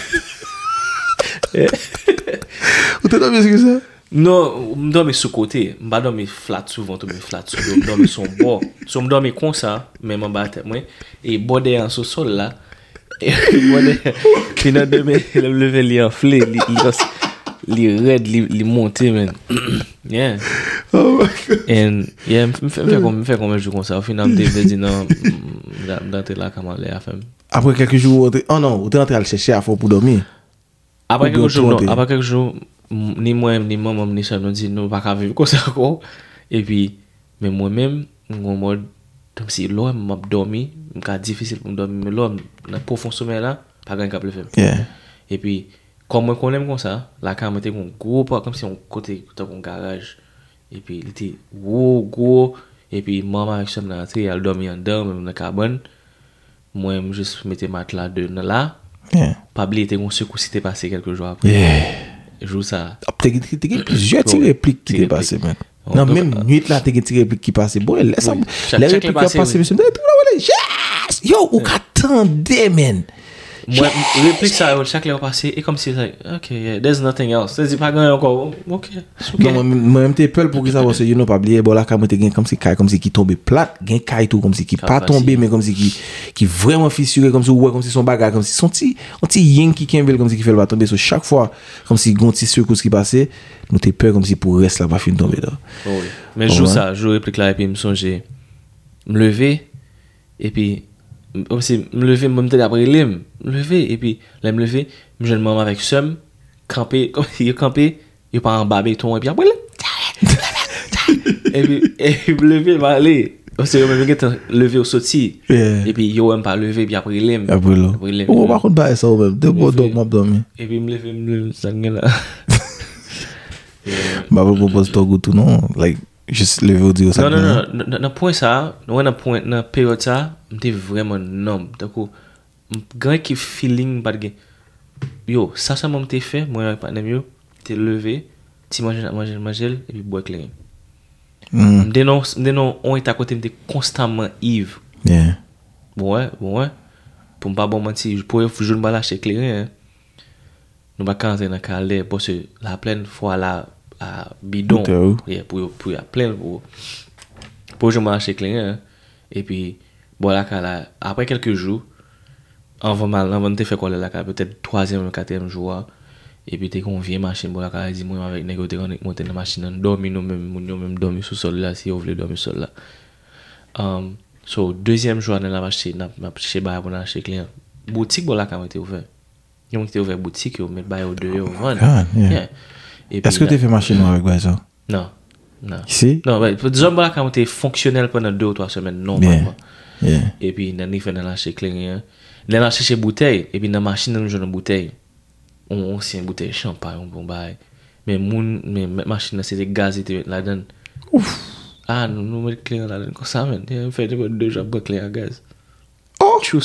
ou t'as dormi sur ça non me dormi sur côté pas dormi flat souvent tout me flat sur me dormi sur bord so me dormi comme ça même en bas tête moi et bodé en sol là et bodé final de me lever li enflé li red li monter man oh my god and me fait comme je comme ça au final me dit non d'entrer là comment les a fait après quelques jours oh non on est entré à chercher à fond pour dormir après quelques jours ni moi ni maman ni ça nous dit nous pas vivre comme ça encore et puis mais moi-même en mode comme si l'homme m'a dormi c'est difficile pour me dormir mais l'homme dans profond sommeil là pas grand capable faire et puis comme moi qu'on aime comme ça la caméra était un gros comme si on côté dans un garage et puis il était gros et puis maman avec ça là elle dormir en dedans même dans la cabane moi juste mettais matelas dedans là pas oublier était un secousse c'était passé quelques jours après joue ça t'es plusieurs répliques qui t'est passé man non même nuit là t'es répliques qui passé bon laisse les répliques qui passé monsieur yo ou qu'attendez man Moi, réplique ça, chaque l'heure passé, et comme si, like, ok, yeah, there's nothing else. C'est pas grand encore, ok. Non, moi-même, t'es peur pour que ça, parce que, you know, pas oublier, bon, là, quand t'es comme si qui tombe plate, gain caille tout, comme si qui pas tombé, mais comme si qui vraiment fissuré, comme si, ouais, comme si son bagage, comme si son petit yin qui kemble, comme si qui fait le pas tomber. So, chaque fois, comme si gon petit secousse qui passait, nous t'es peur comme si pour reste là, pas fin tomber là. Oui. Mais je joue ça, je joue réplique là, et puis me songer, me lever, et puis, comme si me lever, me après me lever, et puis, là, me lever, me jeune maman avec somme, camper, comme si il campé, il pas en bas béton, et puis après, et puis, me lever, il va aller. Parce que je me lever au sorti. Et puis, je ne pas lever, puis après, il aime. Après, là. Oh, par contre, pas ça, même. De bon, donc, moi, dormir. Et puis, me lever, ça me là. Bah, je propose ton goût, tout, non? Like, juste lever au dire ça. Non. Dans le point ça, dans la période ça, j'étais vraiment numb. Donc, quand qui feeling, yo, ça, m'a fait, moi, pas mieux, t'es levé, tu manger, et puis boire clair. On est à côté de constamment ivre. Yeah. Ouais. Pour ne pas bon mentir, pour je ne pas lâcher clair. Nous pas quand dans calé parce que la pleine fois la bidon. Pour la pleine pour je marcher clair. Et puis bon là après quelques jours avant de faire quoi là peut-être 3e ou 4e jour. Et puis t'es convié machine bon là dit moi avec négocier monter dans machine dormir nous même dormir sous sol là si on veut dormir sol là. So 2e jour dans la machine n'a chez ba pour acheter client boutique bon là quand était ouvert. Ils ont été ouvert boutique ils mettent ba au deux au vendre. Est-ce que tu fait machine avec ça? Non. Ici? Non, disons là quand était fonctionnel pendant 2 ou 3 semaines non pas. Et puis il fait dans acheter client. Là acheter chez bouteille et puis dans machine nous joue dans bouteille. On c'est une bouteille champagne bon bail mais machine c'est des gaz et là-dedans nous mettre clé là-dedans comme ça man on fait 2 jours pour clé à gaz true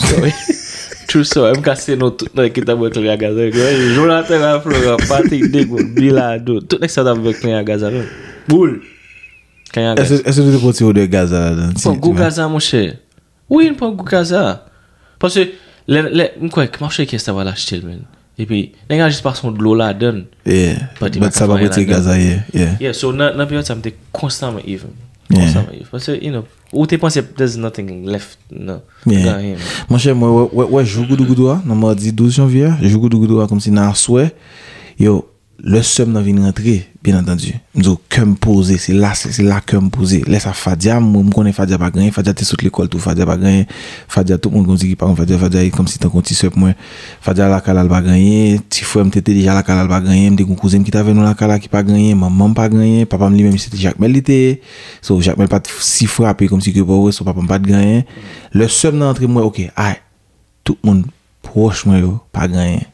story me casser nos tout dans qui t'a pour clé à gaz Jonathan la fleur parti dégo bilado tout ça avec clé à gaz là boule clé à gaz est-ce que tu peux tirer de gaz là-dedans pour goût gaz mon cher oui pour goût gaz parce que les quoi marché qui ça va l'acheter man. Et puis, les gars, juste par son de l'eau là, donne. Yeah. Mais ça va être gaz à yeah. So, dans la période, ça me dit constamment even. Parce que, you know, où tu penses there's nothing left, no. Yeah. Mon cher, moi, je joue Goudou, non, moi, dit 12 janvier, je joue Goudou comme si dans un souhait, yo, le seum dans vient rentrer, bien entendu. Nous comme poser, c'est là que me poser. Laisse à Fadia, moi me connais Fadia pas gagner, Fadia t'es sous l'école tout, Fadia pas gagner, Fadia tout le monde comme si qui pas Fadia comme si t'en continue sur moi. Fadia la calal pas gagner, petit frère m'était déjà la calal pas gagner, me des cousin qui t'avait nous la calal qui pas gagner, maman pas gagner, papa me lui-même c'était Jacques Mel était. So Jacques Mel pas si frappé comme si que pas so papa pas gagner. Le seum dans entre moi, OK, aïe. Tout le monde proche moi yo, pas gagner.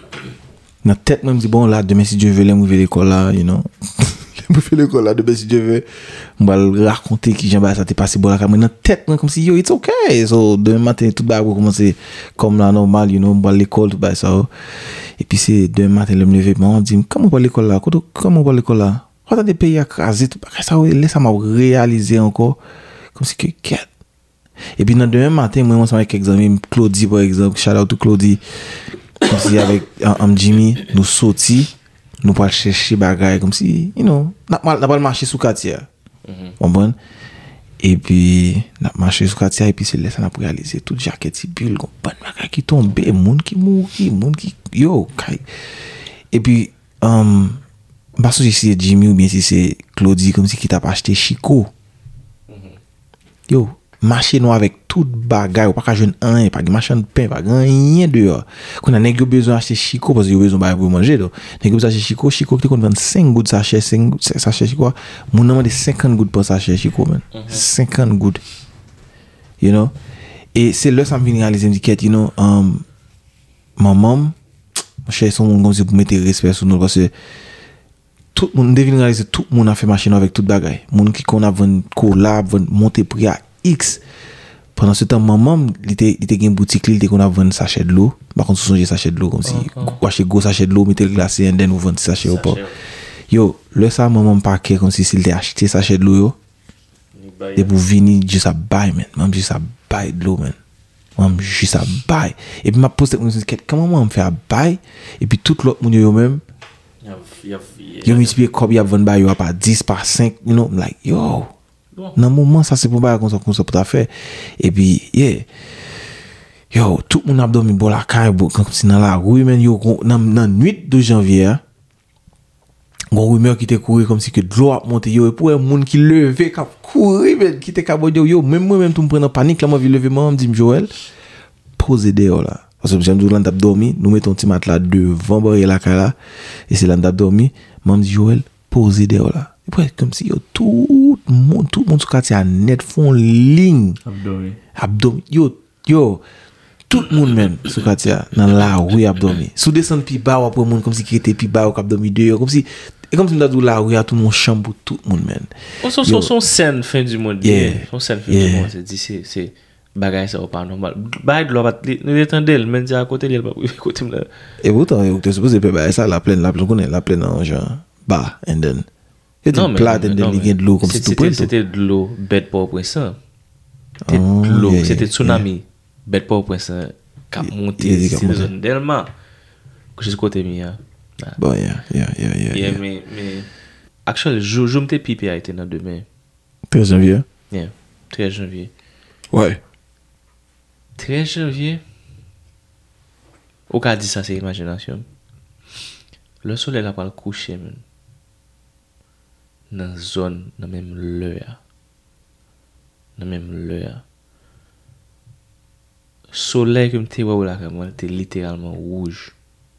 Dans tête même dit bon là demain si Dieu veut là m'ouvrir l'école là you know me faire l'école là demain si Dieu veut on va raconter qui j'en ça t'est passé bon là dans tête comme si yo it's okay so demain matin tout va commencer comme là normal you know on va l'école tout ça et puis c'est demain matin le me lever on dit comment on va l'école là comment on va l'école là quand des pays écrasés tout ça laisse ça m'a réaliser encore comme si que quête et puis dans demain matin moi ensemble avec quelques amis Claudie par exemple shout out to Claudie comme si avec Jimmy nous sorti nous pas chercher bagaille comme si you know n'a pas marcher sous quartier comprendre et puis n'a marcher sous quartier et puis c'est là ça n'a pas réaliser toute jaquette bulle bon bagaille qui tombe monde qui mourir monde qui yo et puis parce que si c'est Jimmy ou bien si c'est Claudie comme si qui t'a pas acheté Chico yo marcher nous avec toute bagaille pas jeune un pas de machin de pain pas rien dehors qu'on a nèg besoin acheter Chico parce que yo besoin pour manger donc nèg besoin acheter Chico qui compte 25 gouttes sachet 5 sachet quoi mon nom de 50 gouttes pour sachet Chico man 50 gouttes you know et c'est là ça me vient réaliser me dit you know maman mon cher son monde comme si pour mettre respect sur nous parce que tout le monde devine réaliser tout le monde a fait machine avec toute bagaille monde qui qu'on a vendre collab monter prix à X pendant ce temps maman il était une boutique il était qu'on a vendre sachet de l'eau par contre songe sachet de l'eau comme si acheter gros sachet de l'eau mettre le glacé et then ou vendre sachet au pas yo le ça maman paquet comme si s'il était acheté sachet de l'eau yo et pour venir juste à buy man même juste à buy de l'eau man moi juste à bail et puis m'a posé comment moi me faire bail et puis tout l'autre monde yo même yo multiplier comme y a 20 bail yo pas 10 par 5 you know like yo dans moment ça c'est pour bail comme ça pour ta faire et puis yeah yo tout le monde a dormi bon la caille comme si dans la rue men yo dans nuit de janvier gon rumeur qui était courir comme si que de l'eau a monté yo et pour un monde qui levé qui courir men qui était capable yo même moi même tout me prendre en panique là moi vi lever moi me dit Joël poser dehors là parce que j'aime dire là dormi nous mettons petit matelas devant barrière la caille là et c'est là on dormi moi me dit Joël poser dehors là et puis comme si yo tout le monde sur quartier a net font ligne abdomen yo tout le monde même sur quartier dans la rue abdomen sous descendre puis bas après monde comme si qui était puis bas au abdomen dehors comme si dans la rue tout le monde chambre tout le monde même son scène fin du monde son scène fin du monde c'est bagay ça pas normal bail de l'autre nous attendait même dire à côté il pas côté là et pourtant tu supposé payer ça la pleine en genre bas and then c'était plat and then il y a de l'eau comme si tout près c'était de l'eau bête pas au point ça c'était de l'eau c'était tsunami bête pas au point ça qui a monté c'est zone Delma jusqu'au côté mien bon yeah mais actually je m'étais pipé a été dans demain 13 janvier 13 janvier ouais 13 janvier au cas dit ça c'est imagination le soleil là pas le coucher man dans zone dans même l'heure soleil comme t'es ouais là comme était littéralement rouge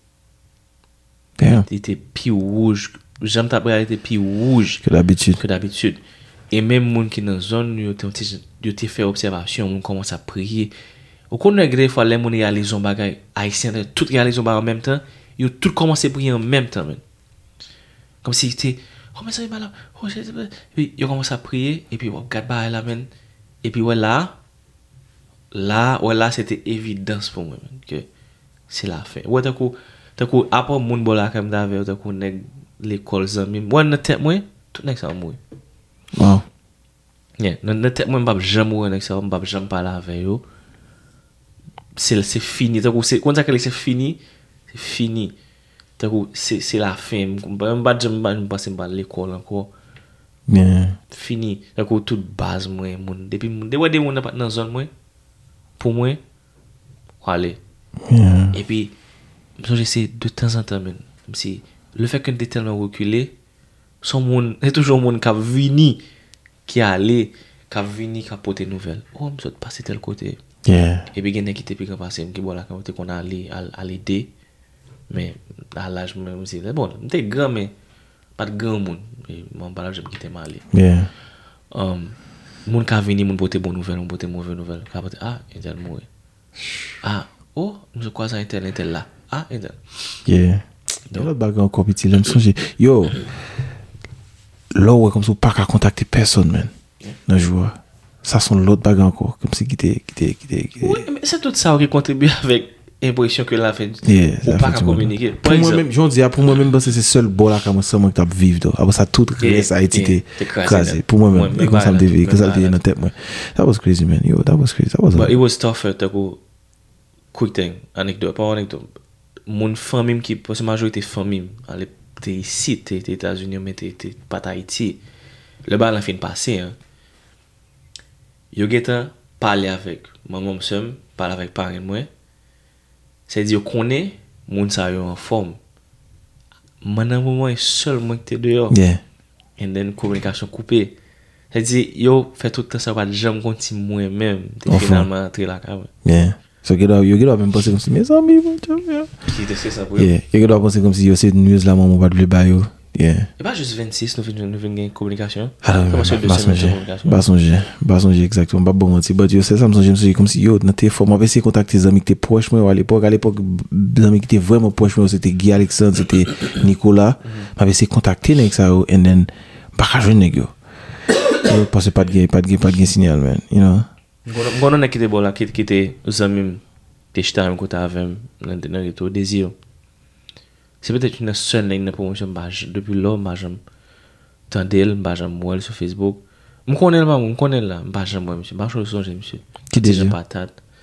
il était plus rouge j'aime ta réalité plus rouge que d'habitude et même monde qui dans zone yo te fait observation on commence à prier au connaît des fois les monde réalisent un bagage haïtien tout réalisent en même temps yo tout commence à prier en même temps man. Comme si c'était comment ça va là puis yo commence à prier et puis on regarde ba là man et puis là c'était évidence pour moi man, que c'est la fin ouais t'as coup après monde bola comme d'avec t'as coup nèg l'école zami moi dans tête moi tout nèg ça moi wow dans tête moi m'pas jamais moi nèg ça m'pas jamais parler avec yo c'est fini t'as coup c'est quand ça que c'est fini t'as coup c'est la fin m'pas jamais passer par l'école encore bien fini t'as coup toute base moi monde depuis des monde pas dans zone moi pour moi aller et puis j'essaie de temps en temps même si le fait que t'es tellement reculé son monde c'est toujours monde qui allé qui porter nouvelle oh me passer tel côté et puis gagner qui était puis passer qui voilà quand on aller à l'aider mais à l'âge même c'est bon t'es grand mais pas de grand monde et mon parole je me quitter mal monde qui venir monde porter bonne nouvelle on porter mauvaise nouvelle ah il est mort ah oh je crois ça internet là ah et donc l'autre bagarre encore petit j'aime songer yo là ouais comme ça pas qu'à contacter personne man dans jour ça sont l'autre bagarre encore comme si qui était oui mais c'est tout ça qui contribue avec impression que la fait pour pas qu'à communiquer pour moi même j'en dis pour moi même c'est seul bon là comme ça moi qui vivre après ça tout reste a été écrasé pour moi même comme ça me devait que ça le dans tête moi that was crazy man yo that was crazy but it was tough quick thing anecdote mon famille qui parce que majorité famille t'es ici t'es États-Unis mais t'es pas Haïti le bal a fin passé hein yo geta parler avec maman soeur parler avec parents moi c'est dire connaît moun sa yo en forme maintenant moment seul moi qui t'es dehors and then communication coupée c'est dire yo fait tout ça pas jamais continue moi même finalement entrer là quand même so you get up même penser comme si mes amis mon Dieu qui te fait ça pour you get up penser comme si yo c'est news là maman pas de ba yo et pas juste 26 nous venons gagner communication pas songer exactement pas bon mentir but yo c'est ça me songer comme si yo dans tes formes avec essayer contacter des amis qui étaient proches moi à l'époque des amis qui étaient vraiment proches moi c'était Guy Alexandre c'était Nicolas m'avait essayé contacter avec ça and then pas joindre nèg yo parce que pas de signal man you know Gono na qui était bon là qui était amis qui j'étais en côté avec dans le désir c'est peut-être une seule ligne promotion depuis là j'aime tandel j'aime moi sur Facebook me connais là j'aime moi monsieur pas chose songe monsieur qui déjà patate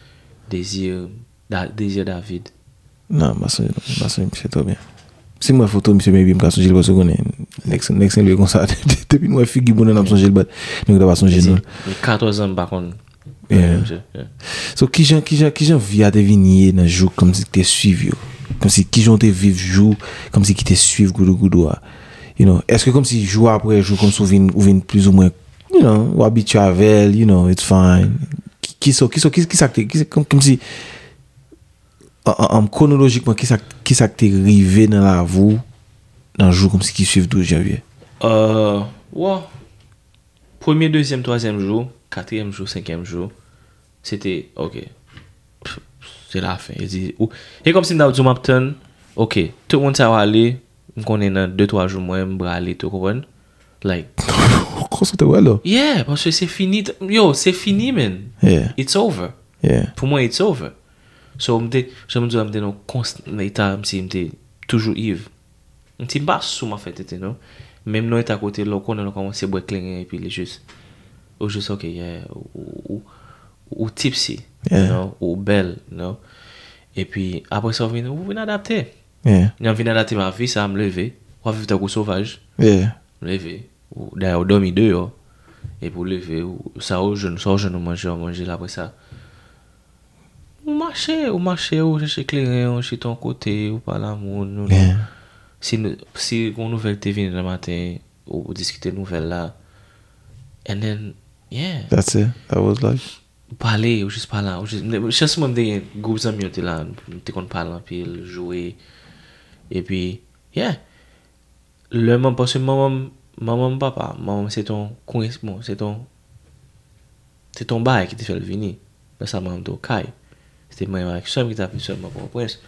Désir David. Non, monsieur trop bien. Si moi photo monsieur mais me songe parce que connaît next lui comme ça depuis moi figure bon on a songe le nous pas songe nous. 14 ans par contre. So qui gens via devenir dans jour comme si tu suivi comme si qui gens te vivre jour comme si qui te suivre goudou you know est-ce que comme si jour après jour comme souvent ou vient plus ou moins you know ou habitué avec you know it's fine qui ça comme si en chronologiquement qui ça t'est arrivé dans la vous dans jour comme si qui suivent 12 janvier ouais. Premier, deuxième, troisième jour, quatrième jour, cinquième jour, c'était ok. C'est la fin. Et comme si nous avons dit, ok, tout le monde ça va aller, on connaît dans 2-3 jours, moi, je vais aller, tu comprends? Like. Yeah, parce que c'est fini. Yo, c'est fini, man. Yeah. It's over. Yeah. Pour moi, it's over. So, je me dis, je dans constant état, je me toujours ivre. Je me dis, pas sous ma fête, non? Même nous, à côté, là, on a commencé à boire clinger, et puis les juste, ou juste, ok, yeah, ou tipsy, yeah. You know, ou belle, you know? Et puis, après ça, on vient adapter. Yeah. On vient adapter ma vie, ça me lever, on va vivre un coup sauvage. Yeah. Lever, ou d'ailleurs, dormir dehors, et pour lever, ou ça, au jeune, manger là, après ça. Ou marcher, ou chercher clairin, chez ton côté, ou par l'amour, nous. Yeah. Si une nouvelle te vient le matin, ou discuter de nouvelles là, and then, yeah. That's it. That was life. Parler, ou juste parler, ou juste, chaque moment, des groupes d'amis, t'es là, t'es qu'on parle un peu, jouer, et puis, yeah. Le moment, parce que maman, papa, maman, c'est ton bail qui te fait le venir. Mais ça, maman, t'es caille. C'était moi avec somme qui t'a fait seulement pour presse.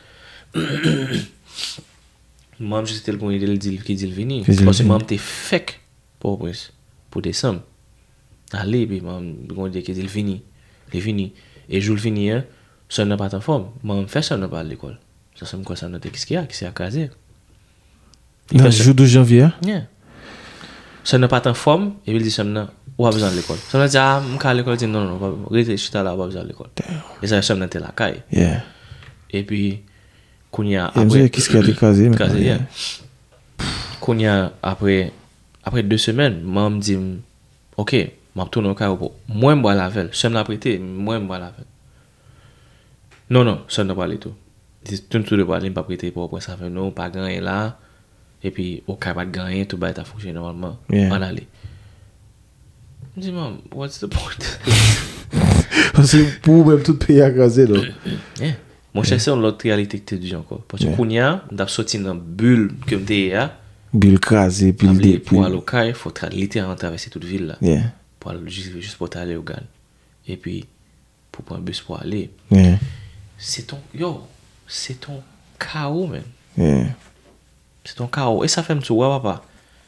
Maman, j'étais le bon idée qui dit le venir. Parce que maman, t'es fake pour presse. Pour des sommes. Allez, puis maman, on dit qu'il dit le venir. Il finit. Et je le finis, ça n'a pas de forme. Maman, fait ça, n'a pas à l'école. Ça, c'est quoi ça, qu'est-ce qu'il y a, qui s'est accasé. Non, le jour 12 janvier. Yeah. Ça n'a pas en forme, et il dit ça n'a pas besoin de l'école. Ça veut dire, ah, je vais à l'école, il dit non, je suis là, pas besoin de l'école. Et ça, ça n'a pas la caille. Yeah. Et puis, Kounia, après. Qu'est-ce qui a été casé? Yeah. Kounia, après 2 semaines, moi, me dit, ok, je retourne au cas où moi, je bois la veille. Ça m'a prêté, moi, je bois la veille. Non, ça n'a pas les tout. Tout de bois, il m'a pas prêté pour ça fait non, pas gagner là. Et puis, au cas pas de gagner, tout va fonctionner normalement. Yeah. On allait. Je dis, Mom, what's the point? C'est pour même tout pays à caser, là. Yeah. Mon cher, c'est l'autre réalité que tu dis encore. Parce que Kounia, on a sorti dans une bulle que tu es là. Bulle crasée, puis le début. Pour aller au Caille, il faut littéralement traverser toute ville là. Yeah. Pour aller, juste pour aller au Ghana. Et puis, pour prendre un bus pour aller. Yeah. C'est ton chaos, man. Yeah. C'est ton chaos. Et ça fait un petit ouais, papa.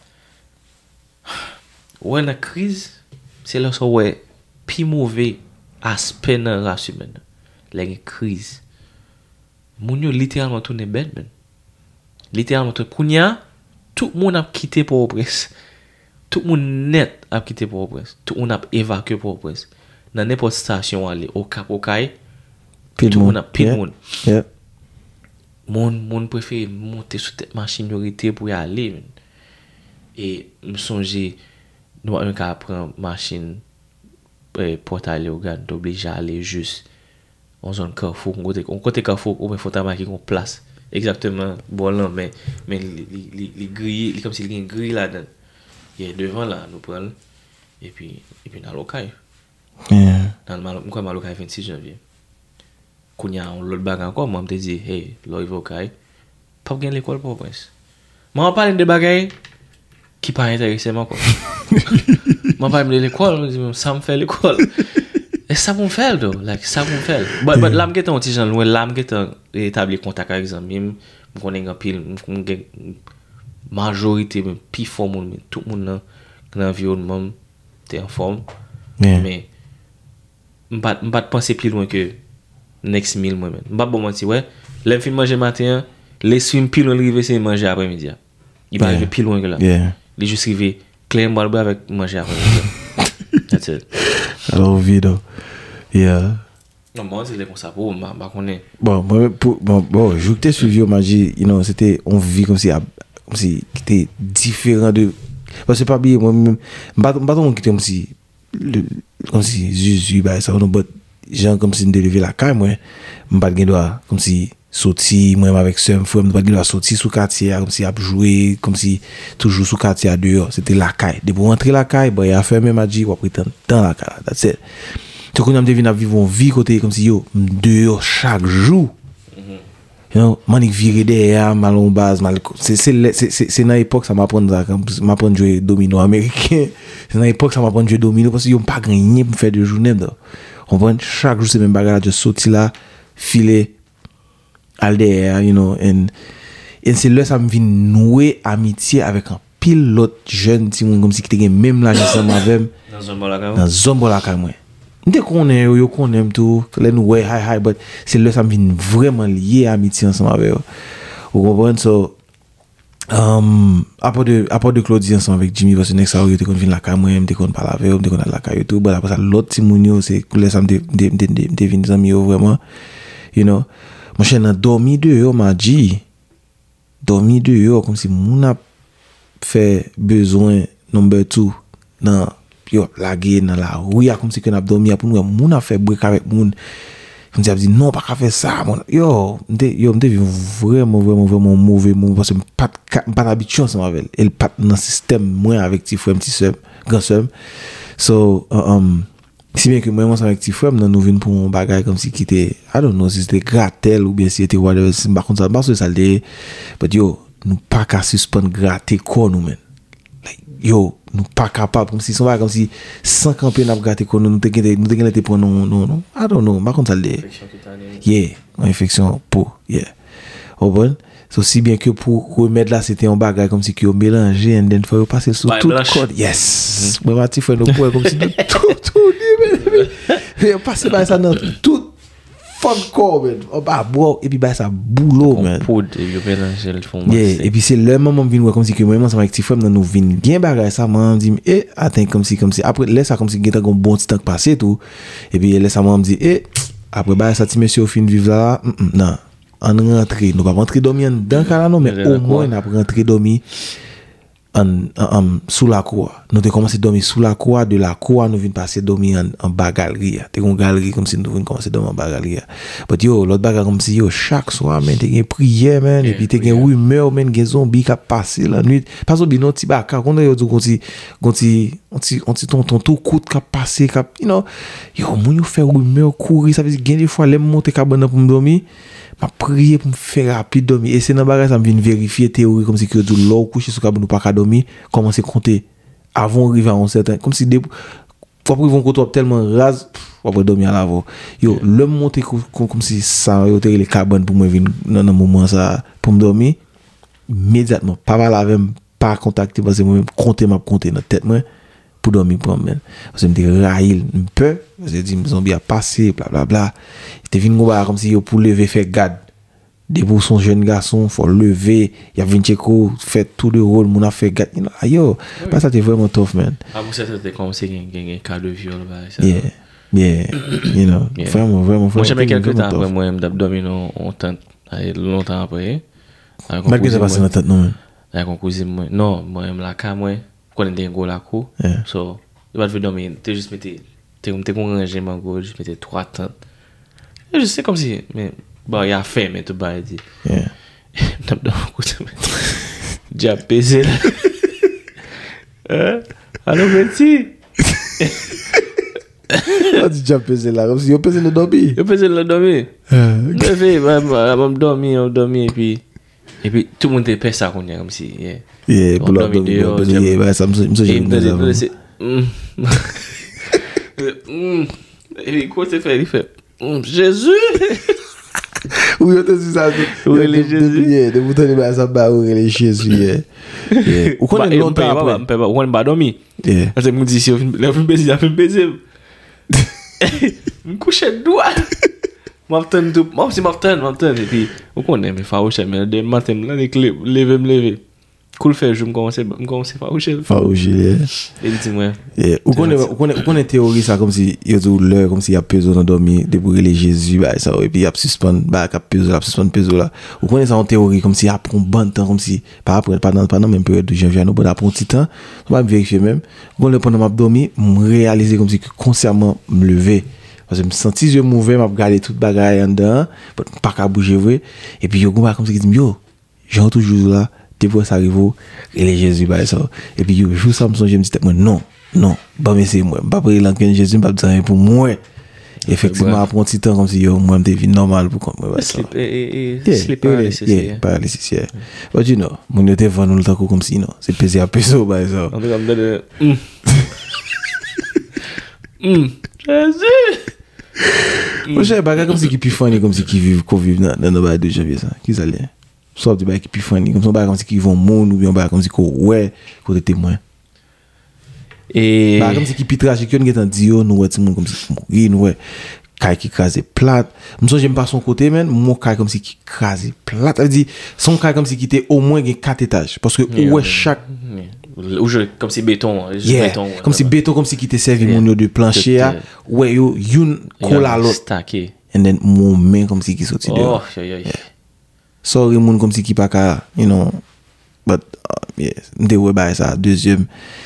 Ouais, la crise, c'est là où ouais, plus mauvais aspect de la race humaine. La crise. Moun yo littéralement tourné bête, man. Littéralement tourné. Kounia, tout le monde a quitté Port-au-Prince. Tout le monde net a quitté Port-au-Prince. Tout le monde a évacué Port-au-Prince. Dans n'importe station aller au Cap au Caille, tout le monde a pile monde. Yeah. Mon préfère monter sur cette machine pour y aller. Man. Et me songer nous un cas prendre machine pour aller au Ghana, t'oblige à aller juste en zone Carrefour, on côté Carrefour ou faut marquer qu'on place exactement bon là mais les grilles comme s'il y a une grille là-dedans. Il est devant là nous prendre et puis dans local. Yeah. Dans le local 26 janvier. Kounya on l'autre bague encore moi me dit hey là il va au Caille pas gagner l'école pour prince moi parle de bagaille qui pas intéressé moi quoi moi parle de l'école ça me fait l'école et ça me fait do like ça me fait but l'âme qui est un petit gens loin l'âme qui est établi contact avec amis me connais en pile majorité même plus fort monde tout le monde dans l'environnement t'es en forme mais m'pas penser plus loin que next meal moi même m'pas bon mentir ouais l'aime fin manger matin les swim pile arriver c'est manger après-midi il va arriver plus loin que là il juste arriver clairement avec manger après-midi that's it alors vidéo yeah Non, moi, c'était comme ça pour moi, bah, qu'on est. Bon, je t'ai suivi au Magie, c'était, on vit comme si c'était différent de. Parce que pas bien, moi-même, pas qui comme si, Zuzu, bah, ça, non, gens comme si de lever la caille, moi, pas de droit, comme si, sorti, moi, avec ce frère, pas de droit sortir sous quartier, comme si, à jouer, comme si, toujours sous quartier dehors, c'était la caille. Depuis rentrer la caille, bah, il a fermé Magie, ou après, dans la caille, that's it. Tu connais, je viens vivre une vie côté comme si yo dehors chaque jour. You know, manik viré derrière, mal en base, mal. C'est dans l'époque ça m'apprendre à jouer domino américain. C'est dans l'époque ça m'apprendre à jouer domino parce que yo pas gagné pour faire de journée là. On prend chaque jour c'est même bagarre de sortir là, filer al derrière, you know, et c'est là ça me vient nouer amitié avec un pile l'autre jeune petit monde comme si qui était même là ensemble avec dans zone la moi. Dès qu'on est, yo connaît tout, les nous ouais hi, but c'est là ça me vient vraiment lié amitié ensemble avec eux. Vous comprenez so après de Claudie ensemble avec Jimmy parce que next hour était qu'on vient la caméra, moi était qu'on parler avec eux, était qu'on a la caméra tout, but après ça l'autre petit mounio c'est là ça me devine amis vraiment, you know. Mon cher n'a dormi dehors m'a dit dormi dehors comme si moun a fait besoin number 2 dans yo la gué dans la rue comme si qu'on a dormi pour nous moun a fait break avec moun on dit non pas faire ça yo m'te vraiment mauvais moun parce que pas habitué ensemble avec elle pas dans système moi avec petit frère petit soeur grand soeur so si bien que moi ensemble avec petit frère nous vinn pour un bagage comme si qui était I don't know si c'était gratel ou bien si c'était whatever par contre ça parce que ça le but yo nous pas qu'à suspendre gratter quoi nous men yo nous pas capable comme si son va comme si sans camper n'a gratter qu'on nous te pour non I don't know par contre ça le infection peau au bon so si bien que pour remettre là c'était un bagage comme si que mélanger and then faut passer sur tout code yes moi petit frère nous comme si tout passer par ça dans tout fun corps on va boire et puis bah ça boulot man et puis c'est le moment vinn comme si que moi ensemble avec petit frère nous vinn bien bagage ça m'en dit attends comme si après laisse ça comme si geta un bon temps passé tout et puis laisse ça m'en dit après bah ça petit monsieur au fin vivre là non en rentrer nous pas rentrer dormir dans cas là non mais au moins on a rentrer dormir sous la cour nous avons commencé à dormir sous la cour de la cour nous venons passer dormir en bas galerie t'es une galerie comme si nous venons commencer à dormir en bas galerie but yo l'autre bagarre comme si yo chaque soir mais t'es une prière man et puis t'es une rumeur man des zombies qui passer la nuit pas zombie non petit bagarre on yo ton tout coûte qui passer you know yo moun yo faire rumeur courir ça veut dire des fois les monter cabane pour me dormir m'a prier pour me faire rapide dormir et c'est dans bagage ça me vient vérifier théorie comme si que du l'eau coucher sur cabane pas ka dormir commencer compter avant arriver à un certain comme si faut après vont côté tellement rase après dormir à l'avant yo le monter comme si ça yo les cabane pour moi venir dans un moment ça pour me dormir immédiatement pas mal avec pas contacter parce que moi compter dans tête moi pour dormir pour moi parce que me dit rail un peu parce que dit zombie a passé bla bla bla il te vinn comme si yo pour lever faire garde des pour son jeune garçon faut lever il y a Vincheco fait tout le rôle mon a fait garde you know ayo pas ça c'était vraiment tough man pour ça c'était comme si un cas de viol ça yeah you know vraiment moi j'avais quelques temps après moi m'abdomen on tente longtemps après malgré ça passe dans tête non avec mon cousin moi non moi la ca moi connait un gros la cour so il va dormir tu juste mettre t'es qu'on ranger mango juste mettre 3 tentes je sais comme si mais bon il a fait mais tout bas dit déjà pesé là allô petit on dit déjà pesé là comme si on pesé le dormir on dormir et puis tout le monde te fait ça comme si pour dormir ça me et puis quoi c'est fait il fait Jésus oui on te dit ça oui les Jésus de vous tenir bah ça bah oui les Jésus ou connait longtemps après on pas dormir parce que me dit si on fait baiser me coucher droit Martin et puis on connaît mais farouche mais le matin là les lever Cool fait, je me commençais faroucher. Faroucher. Et dit moi. Ou connaît théorie ça comme si il y a l'heure comme si il y a pesé dans dormir depuis les Jésus bah ça et puis il y a suspend bah cap pesé là suspend pesé là. Ou connaît ça en théorie comme si après un bon temps comme si pas après pas dans même période de janvier non après un petit temps, on va vérifier même. Quand le pendant m'a dormi, me réaliser comme si consciemment me lever parce que me sentis yeux mauvais m'a regarder toute bagaille en dedans, pas qu'à bouger vrai et puis yo comme si dit yo, j'ai toujours là depuis ça arrive et les Jésus bah ça et puis yo jour ça me songe je me dis non bah mais c'est moi pas prier l'enquête Jésus pas besoin pour moi effectivement après un petit temps comme si yo moi me vie normal pour comme moi ça paralysis but you know mon était venu le temps comme si non c'est pesé à peso bah ça en tout cas Jésus moi j'ai pas comme si qui plus funny comme si qui vivent dans le bail de janvier ça qui allait soit du bail qui plus funny comme ça comme si qui vont monde ou bien bail comme si ko ouais côté témoin et bah comme si qui plus tragique on est dit nous ouais tout monde comme si mourir nous ouais kai qui crasé plate moi j'aime pas son côté men mon kai comme si qui crasé plate ça veut dire son kai comme si qui était au moins 4 étages parce que ouais chaque ou comme si béton comme si béton comme si qui était servi mon de plancher ouais yo une colle à l'autre stacké and then mon main comme si qui sorti dehors sorry moun comme si qui pas ka you know but they were by ça deuxième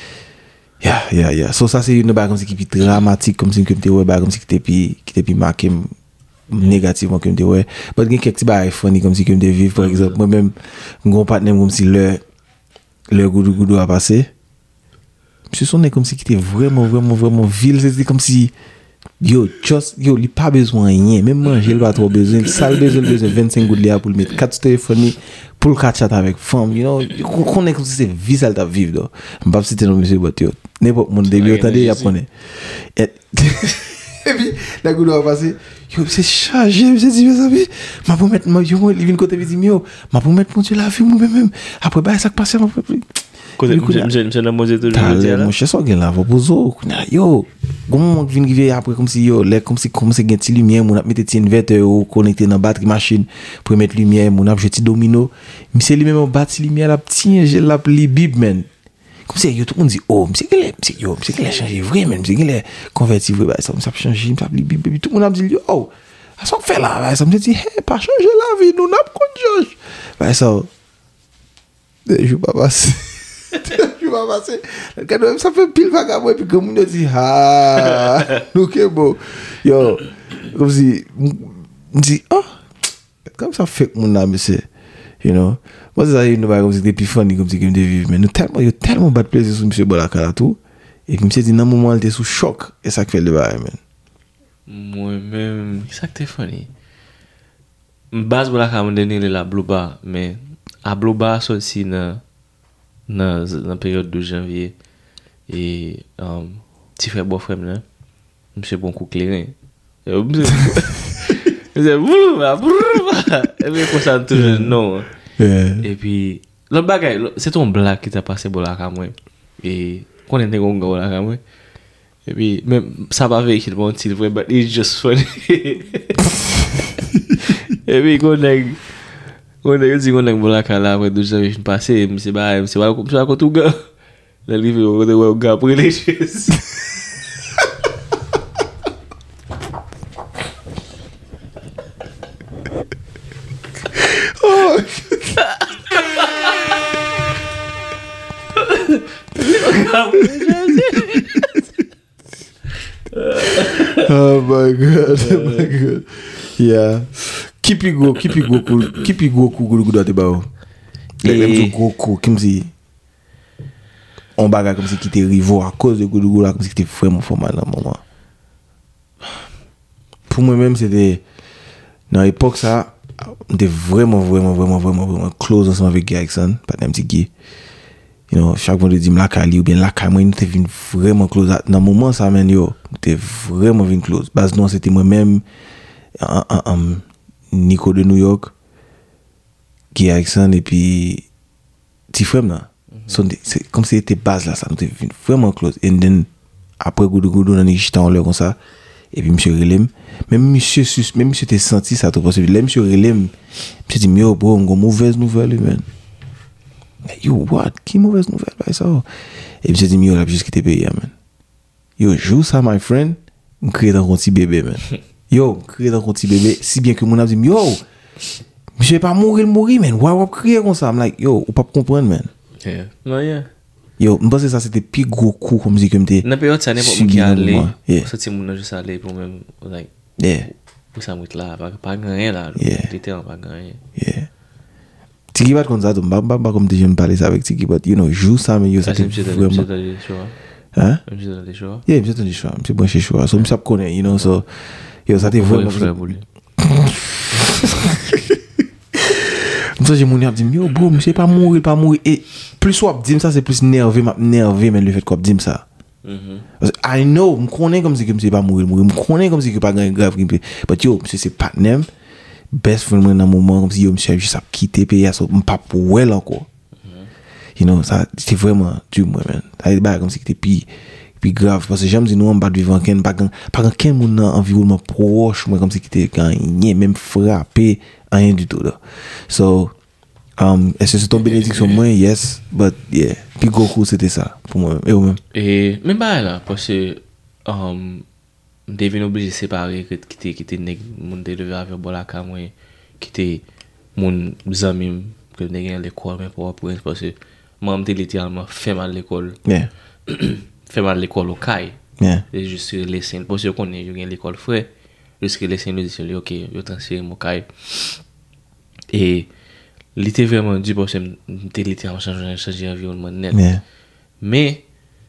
yeah so ça c'est une bague comme si qui plus dramatique comme si que te ouais comme si qui était marqué négativement comme te ouais but gen quelques bague funny comme si que te vivre par exemple moi même mon partenaire comme si le goudou a passé monsieur sonné comme si qui était vraiment ville c'était comme si yo il pas besoin rien même manger il pas trop besoin ça besoin 25 gouttes là pour le mettre 4 téléphones pour le chat avec femme you know connaît comme si c'est vie ça ta vivre donc pas c'était non monsieur but yo n'importe mon début attendez japonais et puis la goudou a passé yo c'est chargé monsieur dit mes amis m'a pour mettre yo il vient côté dit yo m'a pour mettre mon Dieu la vie moi même après bah ça passer m'a côté monsieur la mose toujours dire là mon cher ça gain là pour zo yo comment vient arriver après comme si yo comme si gain ti lumière mon a mettre ti inverteur ou connecté dans batterie machine pour mettre lumière mon a jeté domino monsieur lui même batterie lumière la petit j'ai la li bib man comme si yo tout le monde dit oh monsieur qu'il a changé vraiment monsieur qu'il a converti vrai bah ça a changé ça li bib tout le monde a dit oh ça qu'on fait là ça me dit hey pas changer la vie nous n'a pas changer bah ça je pas passer je vais passer quand même ça fait pile vagabond et puis comme on dit ok bon yo comme si on dit oh comme ça fait mon âme c'est you know moi ça une comme si depuis funny comme si que me vivre mais nous tellement bad plaisir sur monsieur Bolaka là tout et puis monsieur dit dans moment il était sous choc et ça fait le bail man moi même ça que funny base Bolaka me donné la Bloba mais à Bloba sorti dans la période de janvier et petit frère beau frère là monsieur bon coup clairin et puis comme ça toujours non et puis le bagage c'est ton blague qui t'a passé Bolaka moi et qu'on était gon Bolaka moi et puis même ça va avec il bon il vrai but it's just funny et puis on a dit qu'on a Bolaka là après 12 ans passé c'est pas comme ça tout gars le livre au gars pour les choses oh my god yeah Keep you go goudou te ba ou. Les gros comme si on bagarre comme si qui était rivaux à cause de goudou là comme si qui était vraiment formal dans moment. Pour moi même c'était dans l'époque ça on était vraiment close ensemble avec Jackson, pas un petit Guy. You know, chaque fois de dire la Cali ou bien la Cali moi on était vraiment close dans moment ça men yo, on était vraiment close. Base non c'était moi même Nico de New York qui est Alexandre et puis Tifrem là c'est comme si c'était base là ça nous était vraiment close et then après goudou dans les chita on leur comme ça et puis monsieur Relem même monsieur t'es senti ça tout parce que là monsieur Relem monsieur dit mieux bro on mauvaise nouvelle man Yo, what? Qui mauvaise nouvelle, bah, ça? Et puis, je dis, yo, là, juste qui t'es payé, man. Yo, joue ça, my friend. Je crée dans un petit bébé, man. Yo, je crée dans un petit bébé. Si bien que mon a dit, yo, je vais pas mourir, man. Why crier comme ça? I'm like, yo, ou pas comprendre, man. Yeah. Non, yeah. Yo, je pense que ça, c'était le plus gros coup, comme si, comme t'es. Dans la période, ça n'est pas pour qui aller. Yeah. Ça, c'est mon juste aller pour même, like, Yeah. pour ça, moi, là, pas rien là. Yeah. Littéralement, pas rien. Yeah. Tiki bat comme ça, donc, pas comme déjà me parler ça avec Tiki bat, you know, joue ça, mais yo, ça t'est vraiment. Monsieur dans les choix. Hein? Monsieur dans les choix. Yeah, monsieur dans les choix, monsieur branché choix. So, monsieur connaît, you know, so, yo, ça t'est vraiment. Monsieur, j'ai mon a dit, yo, bro, monsieur pas mourir. Et plus soit dit ça, c'est plus nerveux, mais le fait qu'on dit ça. Parce que I know, je connais comme si que monsieur pas mourir, je connais comme si que pas grave, but yo, monsieur c'est pas nem. Best friend dans un moment comme si yo monsieur juste a quitté pays ça pas pour well encore. You know, ça c'est vraiment dur moi man. Ça est pas comme si c'était puis grave parce que j'aime dire nous on pas vivre pas qu'un monde dans environnement proche moi comme si c'était gagné même frappé rien du tout là. So est-ce que c'est ton bénédiction moi yes but yeah puis Goku c'était ça pour moi et même et même pas là parce que devine obligé de séparer qui était nèg moun de lever avec bolaka moi qui était mon ami que nèg à l'école mais pour parce que moi m'était littéralement fait mal l'école yeah fait mal l'école au CAI yeah et juste laisser parce que connais yo gagne l'école frère juste laisser nous dire OK yo transférer mon CAI et il était vraiment dur parce que m'était littéralement changer environnement net yeah. Mais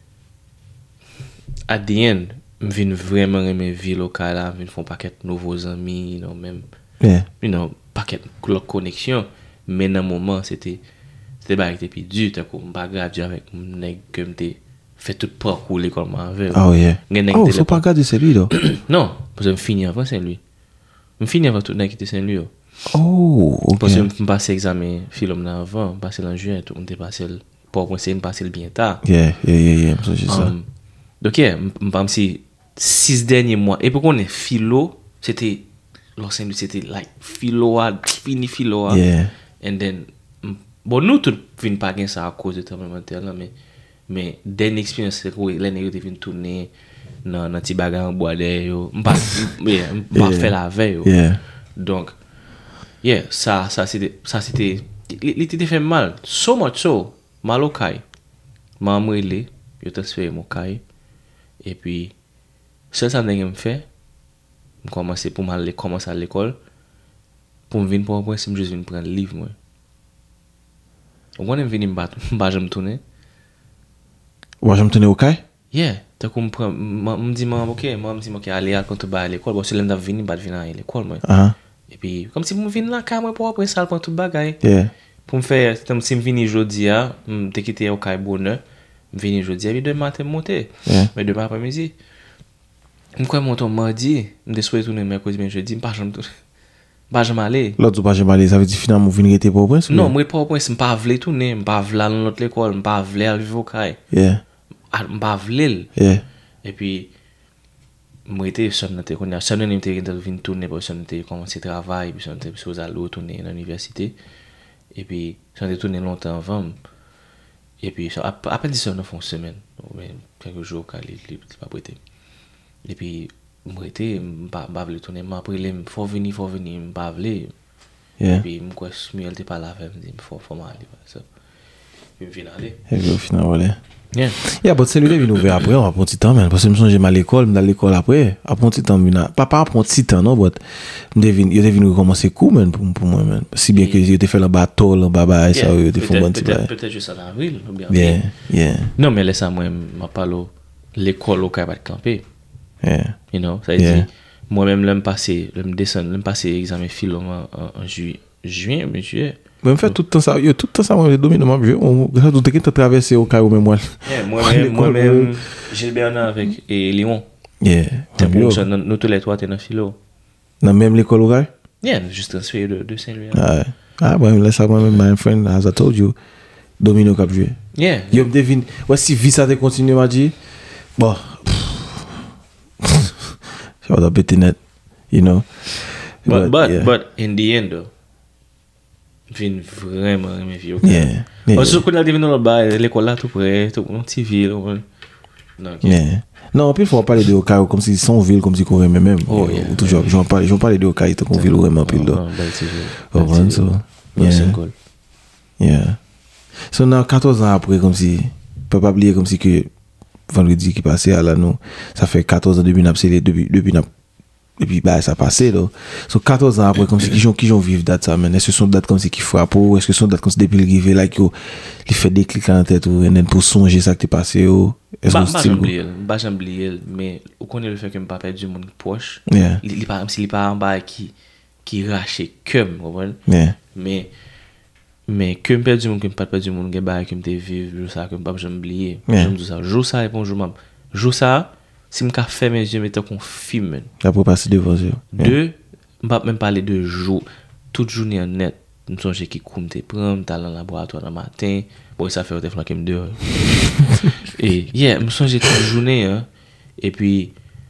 at the end je viens vraiment aimer vie locale là, je viens faire un paquet de nouveaux amis, you know, même yeah. you know, paquet de connexion, mais dans le moment c'était pas été plus dur, t'as comme pas grave avec mon nèg que m'était fait tout parcours l'école avec. Oh yeah. Oh, faut pas regarder celui là. Non, parce que me finir avant Saint-Louis. Me finir avant tout nèg qui était Saint-Louis. Oh, OK. Parce que me passer examen film avant, passer en juin, tout me passé pour penser me passer bien tard. Yeah, ça c'est ça. Donc yeah, me si 6 derniers mois et pour qu'on est philo, c'était lorsque c'était like philo fini philo yeah. And then bon nous tout vinn pas gain ça à cause de tremblement de terre là mais dernière expérience c'est que les nèg te vinn tourner dans petit bagarre en bois d'ailleurs pas faire la veille yeah. Donc yeah ça c'était il était fait mal so much so mal au caille m'a brûlé je transféré mon caille et puis ça nèg me fait je commencer pour m'aller commencer à l'école pour me venir pour moi si je viens prendre livre moi on va venir me jamais tourner ouais tourner au caille yeah t'as comprend me dit OK aller quand tu vas à l'école bon si l'on venir pas venir à l'école moi et puis comme si me venir là quand moi pour après ça pour tout bagaille yeah pour me faire comme si me venir jeudi te quitter au caille bonheur me venir jeudi et demain matin monter mais demain après-midi me quoi monter mardi me souhaiter tourner mercredi mais jeudi pas jamais aller l'autre pas jamais aller ça veut dire finalement venir était pas au point non moi pas au point c'est pas vle tourner pas vle dans l'autre école pas vle arriver au caille yeah pas vle yeah et puis moi était sonne était qu'on a sonne était venir tourner parce que était commencer travail puis sonne était aux aller tourner à l'université et puis sonne était tourner longtemps avant et puis après 10 heures font semaine mais quelques jours quand il pas prêté et puis moi était pas vle tourner mais après il faut venir pas vle et puis moi Samuel était pas là avec me dit faut aller ça puis venir aller et puis au final voilà yeah but celui-là vient ouvert après on va prendre petit temps man parce que me songe mal l'école dans l'école après apprendre petit temps pas apprendre petit temps non but il devine recommencer cours man pour moi man si bien que il te fait le bateau le baba ça il te font bon petit peut-être juste en avril ou bien yeah non mais laisse moi m'a parlé l'école au Cap camper yeah you know ça dit moi-même l'ai passé examen philo en juin mais juillet même fait tout le temps ça moi les domine moi on tout qui traverser au cas où même moi moi-même Gilbert avec et Léon yeah nous tous les trois t'es dans philo dans même l'école au gars yeah juste transféré de Saint-Louis bon laisse ça moi my friend as I told you domino cap jouer yeah yo me devine si vie ça te continue m'a dit bon ça va péter net you know but in the end though Vin vraiment aimer vivre. Yeah. Parce que quand on est venu dans le bas, l'école là tout près, tout une petite ville. Donc, Yeah. Non, puis il faut parler de Okaï comme si son ville, comme si qu'on aimait même. Oh, yeah. Toujours, je vais parler de Okaï, qu'on ville vraiment pile là. Oh, vraiment, so. Yeah. Yeah. So, now, 14 ans après, comme si, peut pas oublier comme si que vendredi qui passait à là, nous, ça fait 14 ans depuis depuis bah ça passé là. So 14 ans après comme si qui ont vivre date ça, mais est-ce que ce sont dates comme si qui frappe ou est-ce que ce sont dates comme si depuis le rivé là qui il fait des clics en tête ou et pour songer ça qui t'est passé ou est-ce que style j'aime oublier mais on connaît le fait que me pas perdre du monde proche. Yeah. Il pas même s'il pas en bas qui raché comme comprendre. Yeah. Mais que me perdre du monde que me pas perdre du monde que bah que me te vivre ça que me pas j'aime oublier. J'aime tout ça. Jour ça et bon jour ça si me faire mes yeux mettre qu'on film après passer devant eux. Deux on pas même parler de jour toute journée en net me songe qui coum te prendre dans le laboratoire le matin bon ça fait au téléphone qui me dehors et yeah me songe toute journée hein et puis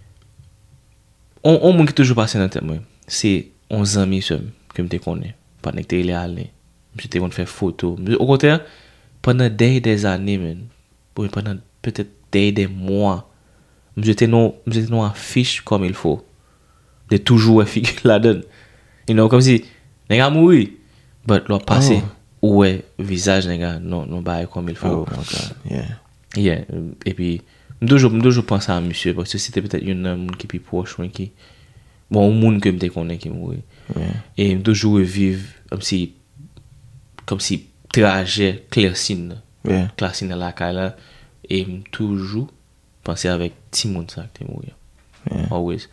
on monde qui toujours passé dans tête moi c'est 11 amis seul que me te connais pas que t'es aller j'étais on faire photo au contraire pendant des années man pendant peut-être des mois j'étais non affiche comme il faut de toujours figure la donne you know comme si les gars mourir but leur passé ouais visage les gars non bail comme il faut Oh my god. yeah et puis toujours penser à monsieur parce que c'était peut-être une monde qui plus proche moi qui bon monde que me connais qui mourir et toujours vivre comme si trajet claircine claircine la caille et toujours penser avec petit monde ça qui mourir always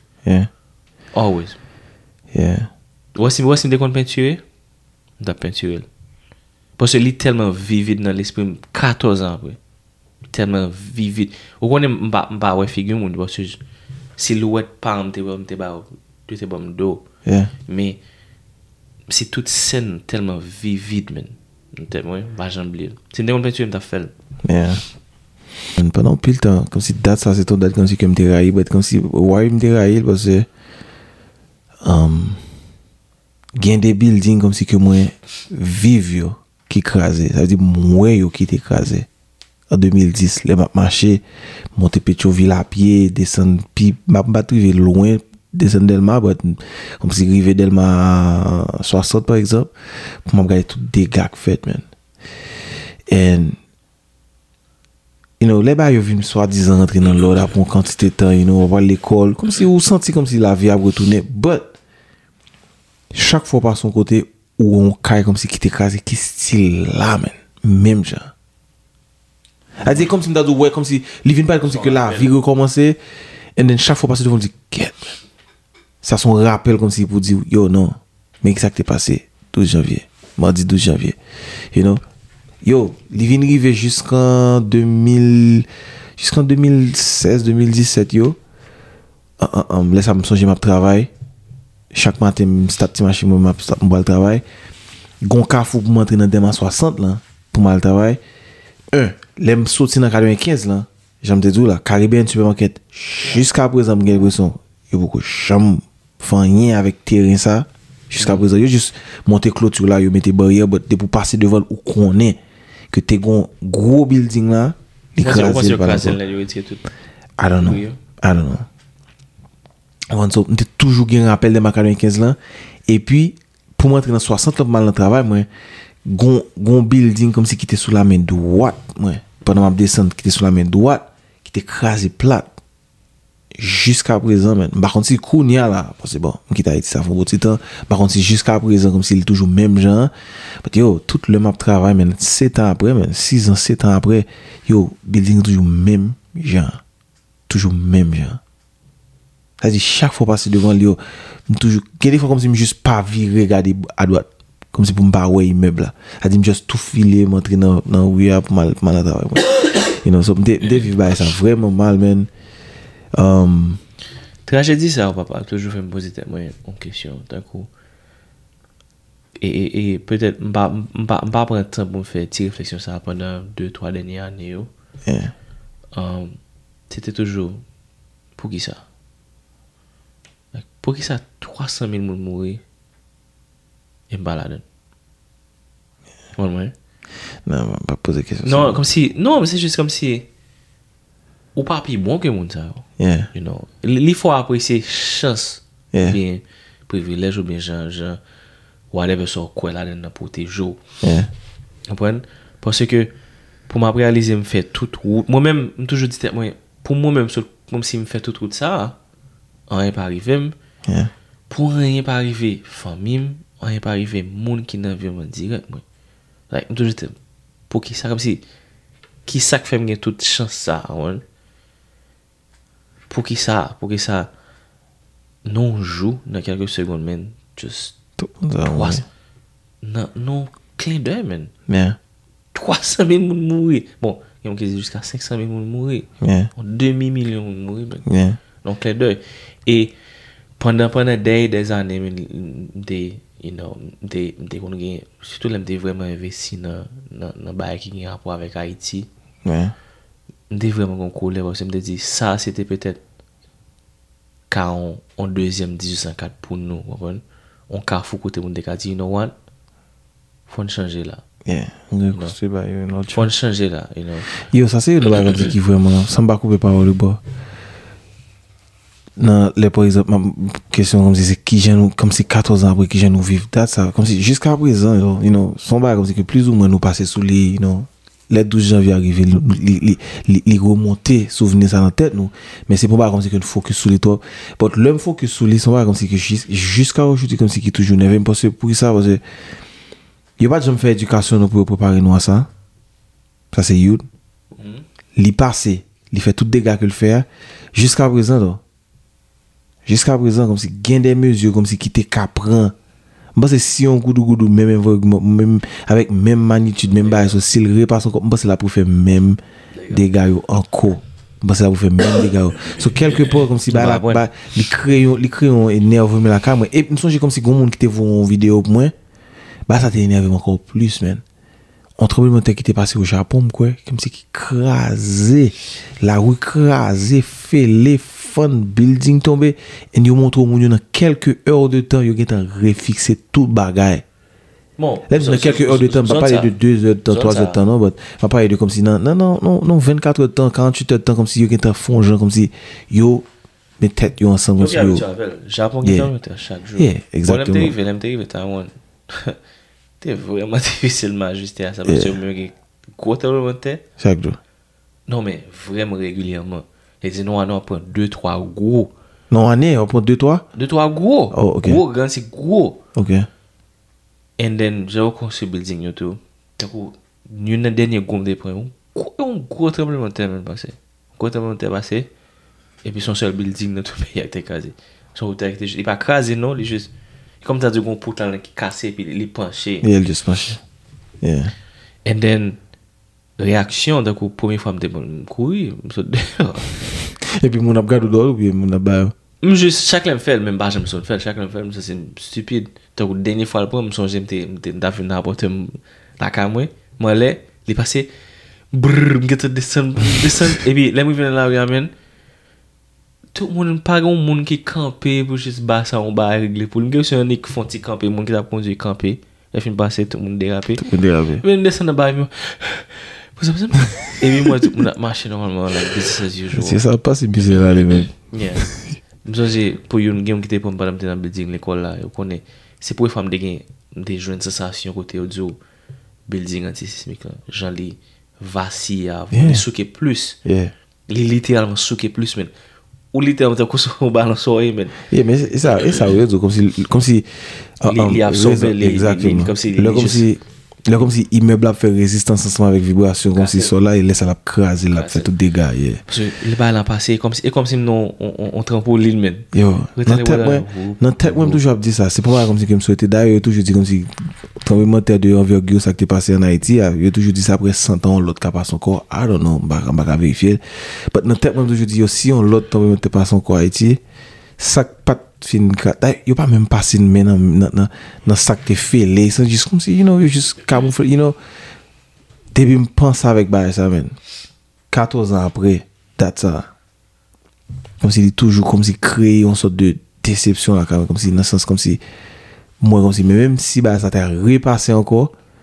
voici des comptes peinturés de peinturer parce que il tellement vivide dans l'esprit 14 ans après tellement vivide ou qu'on aime pas ouais figure monde parce que silhouette pas me te bon dos mais c'est toute scène tellement vivide man tellement pas jamais oublier c'est des comptes peinturés me t'a fait pendant pile temps comme si date ça c'est ton date comme si que me t'ai raillé comme si why me t'ai raillé parce que gain des buildings comme si que moi vive yo qui crasé ça veut dire moi yo qui t'écrasé en 2010 les m'a marché monter Pétionville à pied descendre puis m'a pas arrivé loin descendre Delma comme si river Delma 60 par exemple pour m'a regarder tout dégâts fait man and you know les bails viennent soi-disant rentrer dans l'ordre pour quantité de temps you know on va à l'école comme si vous senti comme si la vie a retourné but chaque fois par son côté où on caille comme si qui t'écrasé qui style là man même genre a dit comme si m'd'a dit ouais comme si il vient pas comme si que la vie recommencer et then chaque fois passer devant dit get ça son rappel comme si pour dire yo non mais ça qui t'est passé 12 janvier mardi 12 janvier you know yo il vient arriver jusqu'en 2016 2017 yo laisse ça me songer ma travail chaque matin me start machine moi le travail gon cafou pour m'entrer dans Dema 60 là pour mal travail l'aime sorti dans 95 là j'aime te dire là Caribbean supermarket jusqu'à présent j'ai l'impression yo beaucoup jamais fait rien avec terrain ça jusqu'à présent yo juste monter clôture là yo mettre barrière pour passer devant ou connaît que t'es gon gros building là l'écraser par I don't know so m'était toujours gen rappel de ma 95 là et puis pour m'entrer dans 60 là mal dans travail moi gon building comme si qui était sous la main droite moi pendant ma descente qui était sous la main droite qui était écrasé plate jusqu'à présent man par contre si kounya là parce que bon qui t'a dit ça fait un petit temps par contre si jusqu'à présent comme s'il est toujours même genre but yo tout le map travail man 7 ans après man 6 ans 7 ans après yo building toujours même genre ça dit chaque fois passer devant lui toujours quelques fois comme si me juste pas virer regarder à droite comme si pour me pas ouais immeuble là ça dit me juste tout filer montrer dans rue pour mal travail you know so me vivre ba ça vraiment mal man tragédie ça papa toujours fait me poser tellement une question d'un coup et peut-être pas prendre temps pour me faire une réflexion ça pendant 2-3 dernières années c'était toujours pour qui ça 300 000 moun mourir et balade Ouais. Non, on pas poser question. Non, comme si, non, mais c'est juste comme si, ou pas plus bon que moun ça. Yeah. You know, il faut apprécier chance, Yeah. bien privilège ou bien genre, whatever so quoi là dans pour tes jours. Yeah. Comprenez? Parce que pour m'a réaliser me faire toute route, moi-même toujours dit moi pour moi-même comme si me fait toute route ça, rien pas arrivé. Yeah. Pour rien pas arriver famille, rien pas arriver monde qui dans environnement direct moi. Like toujours dit pour qui ça comme si qui ça fait me toute chance ça, ouais. Pour qui ça non joue dans quelques secondes man, just Tout le monde ça. non clin d'œil man. Yeah. 300 000 moun mourir. Bon, il y a qui dit jusqu'à 500 000 moun mourir. Yeah. 2,000,000 moun mourir. Yeah. Donc, clin d'œil. Et pendant des années, des surtout là, m'étais vraiment investi dans bail qui a rapport avec Haïti. Yeah. M'étais vraiment concoulé parce que m'étais dit ça c'était peut-être quand en deuxième 1804 pour nous, vous comprenez? On carrefour côté moun de dit you know what? Faut changer là. Yeah. On construit ba yo notre Faut changer là, you know. Yo, ça c'est le bagage qui vraiment sans pas couper parole le bas. Non, les par exemple, ma question comme si c'est qui j'en comme si 14 ans après qui j'en nous vivre ça comme si jusqu'à présent you know, son bagage comme si que plus ou moins nous passer sous les you know le 12 janvier arrivé les remonter souvenir ça dans tête nous mais c'est pas comme si que nous focus sur les toi but l'homme focus sur les son bagage comme si que jusqu'à aujourd'hui comme si qui toujours n'avait pas parce que il pas jamais fait éducation pour préparer nous à ça c'est youth li passé il fait tout dégâts que le fait jusqu'à présent comme si gain des mesures comme si qui te capran moi c'est si on goudou même avec même magnitude même bail s'il repasse encore moi c'est là pour faire même dégâts encore moi c'est là pour faire même dégâts so quelque part comme si les crayons énerve mais la caméra et me songe comme si gon monde qui te voit en vidéo pour moi ça t'énerve encore plus man on tremblement de terre qui était passé au Japon quoi comme si qui crasé la rue crasé fêlé fun building tombé et nous montre au monde dans quelques heures de temps yo ont refixé tout bagaille bon là dans quelques heures de temps pas parler de 2 heures de temps 3 heures de temps non mais pas parler de comme si non 24 heures de temps 48 heures de temps comme si yo ont fond comme si yo mes têtes yo ensemble comme yo Japon qui tombe chaque jour exactement m'arrive Taïwan c'est vraiment difficile m'ajuster à ça parce que me gros tremblement de terre chaque jour non mais vraiment régulièrement et dis non on prend 2-3 gros non on prend 2-3 gros oh, okay. Gros grand c'est gros OK and then j'ai reconstruit building yo tout donc une dernier gomme de point un gros tremblement de terre même passé et puis son seul building dans tout pays a été casé son hôtel était il pas casé non il juste comme t'as dit qu'on portail qui cassé puis il penché il juste penché yeah and then réaction donc première fois me courir et puis mon abgado dehors ou bien mon abba juste chacun fait même pas j'aime ça faire chacun fait ça c'est stupide donc dernière fois le me songe me d'avoir n'apporter la caméra moi là il passé brrr me descend et puis là me vient là ramène tout le monde pas un monde qui camper pour juste bas ça on va régler pour me c'est un qui font petit camper monde qui a conduit camper et fin passer tout le monde dérapé mais descend dans bas et puis moi tout le monde marcher normalement là business as usual c'est ça pas c'est bizarre là les mêmes yeah nous j'ai pour une game qui était pour me dans le building l'école là on connaît c'est pour les femmes de jouer une sensation côté audio building antisismique Jean li vacille vous souquer plus littéralement souquer plus mais ou littéralement comme ça on balance mais mais ça comme si il absorbe les comme si immeuble a fait résistance ensemble avec vibration comme si sol là il laisse la craser là fait tout dégâts parce que le bal a passé comme si non on trampoline men yo dans tête moi toujours dit ça c'est pas comme si que me souhaiter d'ailleurs toujours dit comme si tremblement de terre de 1,5 ça qui est passé en Haïti il toujours dit ça après 100 ans l'autre qui passe encore I don't know pas vérifier mais dans tête moi toujours dit si on l'autre tremblement de terre passe encore Haïti ça pas fin yo pas même passé mais dans ça que fait les c'est juste comme si you know you juste camoufler you know depuis me pense avec ça man 14 ans après that's ça comme si il toujours comme si créer une sorte de déception là comme si dans le sens comme si moi comme si même si ça t'a repassé encore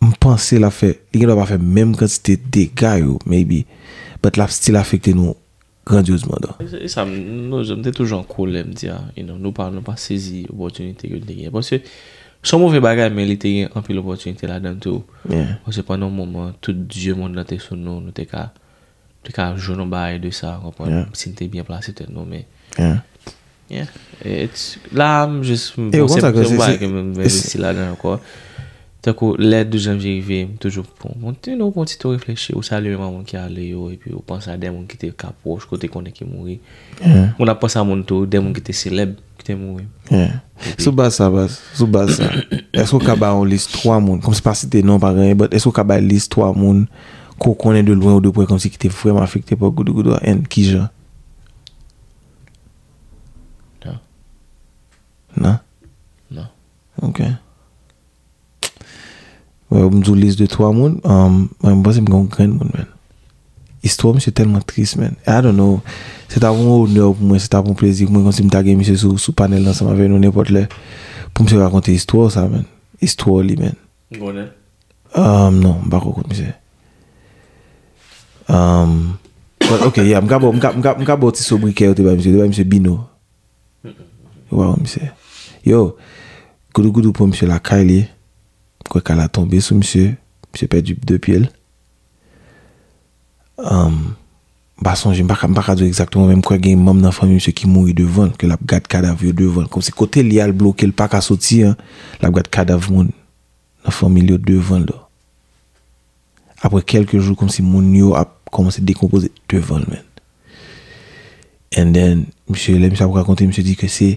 m'penser la fait, il doit pas faire même quantité de dégâts, maybe. But la style affecté nous grandiosement. Et ça, nous, j'étais toujours cool, me dire, nous pas saisi l'opportunité que nous avons. Parce que, son mauvais bagage, mais il était un peu l'opportunité là-dedans tout. Parce que pendant un moment, tout Dieu monde était sur nous, nous t'es qu'à jouer nos bails de ça, comprendre. Si nous t'es bien placé, peut-être non, mais. Yeah. Là, juste, c'est que m'investir là-dedans, quoi. Donc, l'aide de janvier arrivé, toujours bon, tu nous continuer à réfléchir, au salut maman qui allait, et puis on pense à des gens qui étaient capoches, côté qu'on est qui mourir. On a pensé à mon tour, des gens qui étaient célèbres, qui étaient mourir. Sous base ça. Est-ce qu'on a une liste 3 monde, comme c'est pas cité non par rien, mais est-ce qu'on a une liste 3 monde qu'on connaît de loin ou de près, comme si qui était vraiment affecté par Goudou et qui genre? Non. Ok. Ouais, on me liste de 3 monde. Moi, je pense que c'est un grand monde, man. Histoire, monsieur, tellement triste, man. I don't know. C'est un honneur pour moi, c'est un plaisir pour moi, quand je me tague, monsieur, sous panel ensemble avec nous, n'importe là. Pour me raconter l'histoire, ça, man. Histoire, lui, man. Bonne. Non, je ne sais pas quoi, monsieur. Ok, yeah, je vais vous dire sobriquet, monsieur Bino. Wow, monsieur. Yo, Goudou pour monsieur la Kylie. Quoi qu'elle a tombé sur monsieur perdu 2 pieds. Bah songe pas dire exactement même quoi gagne même dans famille monsieur qui mourit devant que la garde cadavre devant comme si côté li a bloqué le pas qu'à sortir la garde cadavre moun dans famille devant là. Après quelques jours comme si moun yo a commencé à décomposer devant man. And then monsieur a raconté monsieur dit que c'est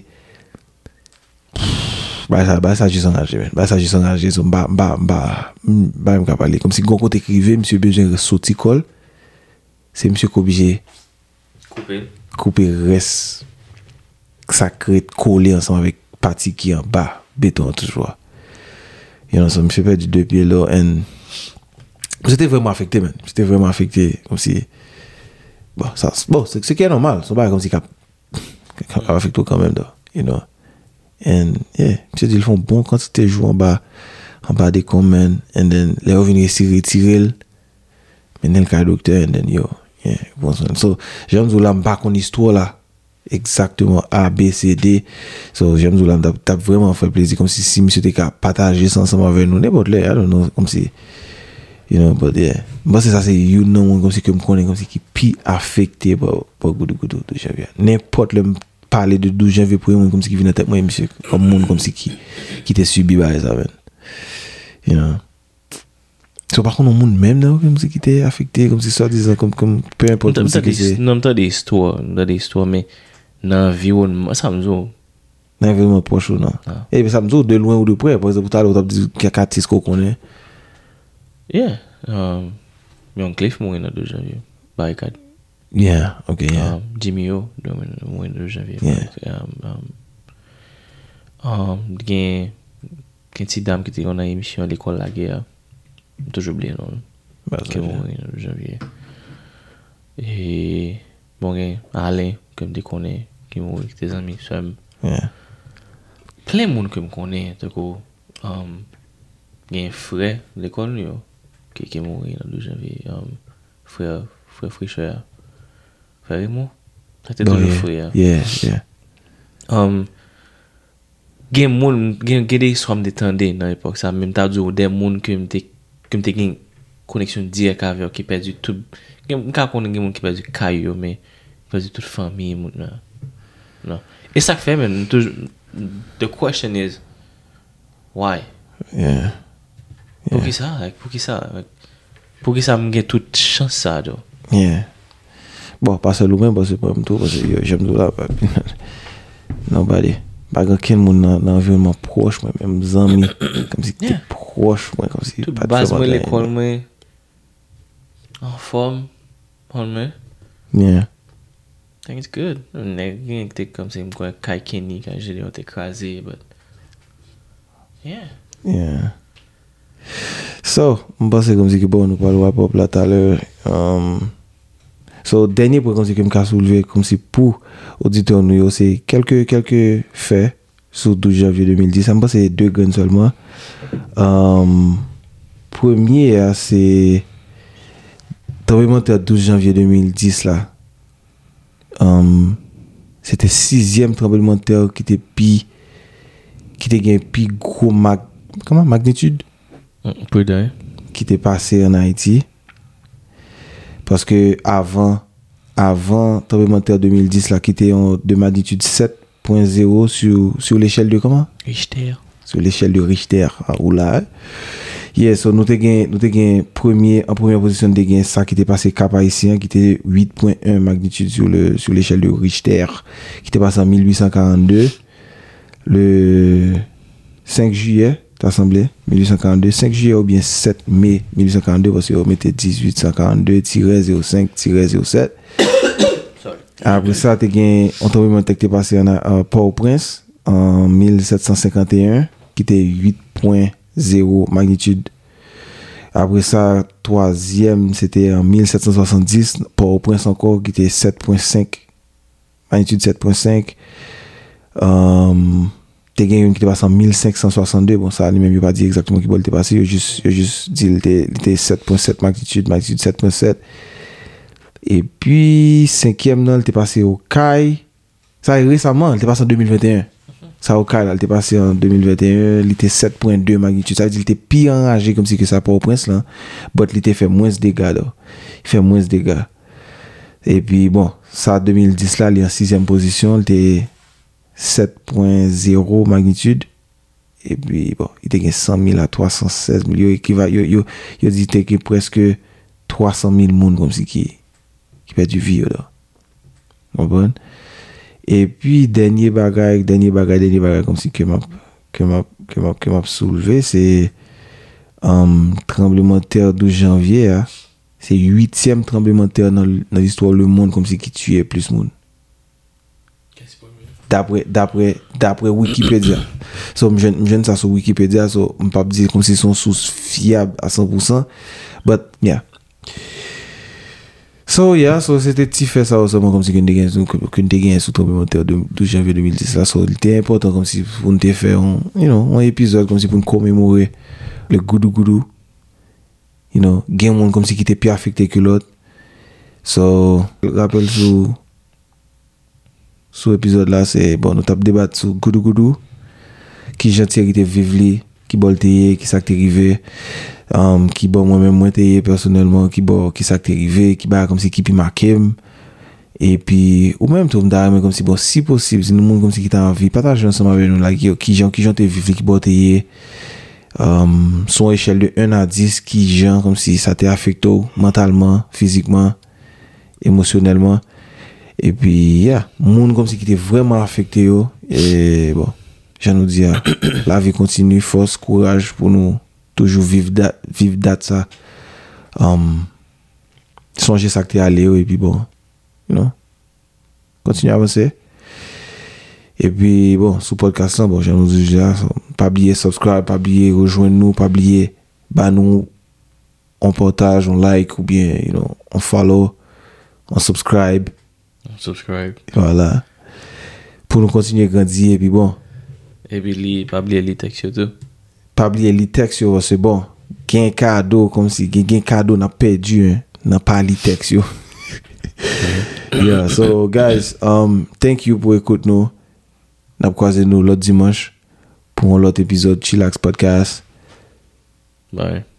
ça juste engagé man. Ça juste engagé so ba même parler comme si gon côté écrivé monsieur besoin de sortir col. C'est monsieur qui obligé couper reste sacré collé ensemble avec partie qui en bas béton toujours. You know, so monsieur perdu 2 pieds là and j'étais vraiment affecté man. J'étais vraiment affecté comme si c'est qui est normal, c'est pas comme si cap affecté quand même là, you know. And yeah, monsieur dit ils font bon quantité de jouer en bas des commandes and then les revenir retirer mais le cas docteur and then yo yeah, bon so j'aime vous là pas qu'on histoire là exactement A B C D so j'aime vous là t'as vraiment fait plaisir comme si monsieur était capable partager ça ensemble avec nous n'importe là I don't know comme si you know but yeah moi c'est ça c'est you know comme si que me connais comme si qui pi affecté par Goudou de janvier n'importe le parler de 12 janvier pour moi comme si qui vient tête moi monsieur comme monde comme si qui était subi par ça man you know. So par contre, le monde même là, comme si qui était affecté, comme si ça disant comme peu importe comme si c'est. Non, t'as des histoires, mais dans l'environnement, ça me dit. Dans l'environnement proche ou non. Et puis ça me dit de loin ou de près, par exemple, tout à l'heure, tu as dit qu'il y a 4 artistes qu'on connaît. Yeah. Young Cliff mourir dans 2 janvier. Barricade. Yeah, ok, yeah. Jimmy O mourir dans 2 janvier. Yeah. Il y a une petite dame qui était dans l'émission à l'école La Guerre. Toujours oublié non qui est mort en janvier et bon Alain que me connais qui mort avec tes amis plein de monde que me connais donc il y a un frère de l'école qui est mort en 2 janvier frère Fricheur frère Raymond c'était toujours frère yeah gen des somme de tendé dans l'époque ça même t'as dit des monde que me une connexion directe avec qui perdu tout quand on a qui perdu caillou mais perdu toute famille non et ça fait même the question is why yeah pour qui ça me get toute chance ça do yeah bon parce que lui-même parce que tout parce que j'aime tout là nobody pas quelqu'un dans l'environnement proche moi même amis comme si t'es proche moi comme si pas base moi l'école moi en forme moi yeah I think it's good t'es comme si quoi Kai Kenny quand j'ai été écrasé but yeah so on passe comme si que bon nous parlons pas là tout à l'heure so dernier point comme si que me ca soulever comme si pour auditeurs nous c'est quelques faits sur 12 janvier 2010 ça me passe 2 graines seulement premier, c'est tremblement de terre 12 janvier 2010 là. C'était 6e tremblement de terre qui était plus gros magnitude qui était passé en Haïti. Parce que avant tremblement de terre 2010 là qui était de magnitude 7.0 sur l'échelle de comment? Richter. Sur l'échelle de Richter ou là. Yes, so nous te gain en première position de gain ça qui était passé Cap Haïtien qui était 8.1 magnitude sur l'échelle de Richter qui était passé en 1842 le 5 juillet t'as semblé 1842 5 juillet ou bien 7 mai 1842 parce que on mettait 1842-05-07. Après ça t'as gain un tremblement de terre qui était passé en Port-au-Prince en 1751 qui était 8.0 magnitude. Après ça, troisième, c'était en 1770, Port-au-Prince encore, qui était 7.5, magnitude 7.5. T'es gagné une qui était passée en 1562, bon, ça, lui-même, il n'a pas dit exactement qui était passé, il a juste dit il était 7.7 magnitude 7.7. Et puis, cinquième, non, il était passé au CAI. Ça, récemment, il était passé en 2021. Ça au cas là, il était passé en 2021, il était 7.2 magnitude. Ça veut dire qu'il était pire enragé comme si que ça pour au prince là. Mais il était fait moins de dégâts là. Il fait moins de dégâts. Et puis bon, ça 2010 là, il est en 6e position, il était 7.0 magnitude. Et puis bon, il était 100 000 à 316 000. Il dit que presque 300 000 monde comme si qui perd du vie là. Bon. Et puis dernier bagage comme si que m'a soulevé, c'est tremblement de terre 12 janvier hein, c'est 8e tremblement de terre dans l'histoire du monde comme si qui tuait plus monde. D'après Wikipédia. So j'aime ça sur Wikipédia, so on peut pas dire comme si son source fiable à 100%, but yeah. So c'était petit fait ça aussi comme si qu'on était gagné sur tremblement de terre de 12 janvier 2010 là, so c'était important comme si on était fait un épisode comme si pour commémorer le goudou gain monde comme si qui était plus affecté que l'autre. So rappel sur épisode là c'est bon nous t'a débattre sur goudou qui gentil qui était vivli qui bolté qui ça qui arrivé qui bon moi-même moi t'ai personnellement qui ça qui arrivé qui comme si qui puis marqué et puis ou même tout me comme si bon si possible si nous monde comme si qui t'a envie partager ensemble avec nous là qui gens t'ai vivli qui bolté son échelle de 1 à 10 qui gens comme si ça t'a affecté mentalement physiquement émotionnellement. Et puis, monde comme si qui était vraiment affecté et bon, je nous dis la vie continue, force, courage pour nous toujours vivre date ça. Songer ça que aller et puis bon, continue à avancer. Et puis bon, sur podcast là, bon, je nous dis pas oublier subscribe, pas oublier rejoindre nous, pas oublier nous on partage, on like ou bien on follow, on subscribe. Voilà. Pour nous continuer à grandir et puis bon. Et puis pas oublier les textes surtout. Pas oublier les textes c'est bon. Gain cadeau comme si gain cadeau n'a perdu n'a pas les textes Yeah, so guys, thank you pour écouter nous. N'a croiser nous l'autre dimanche pour un autre épisode Chillax Podcast. Bye.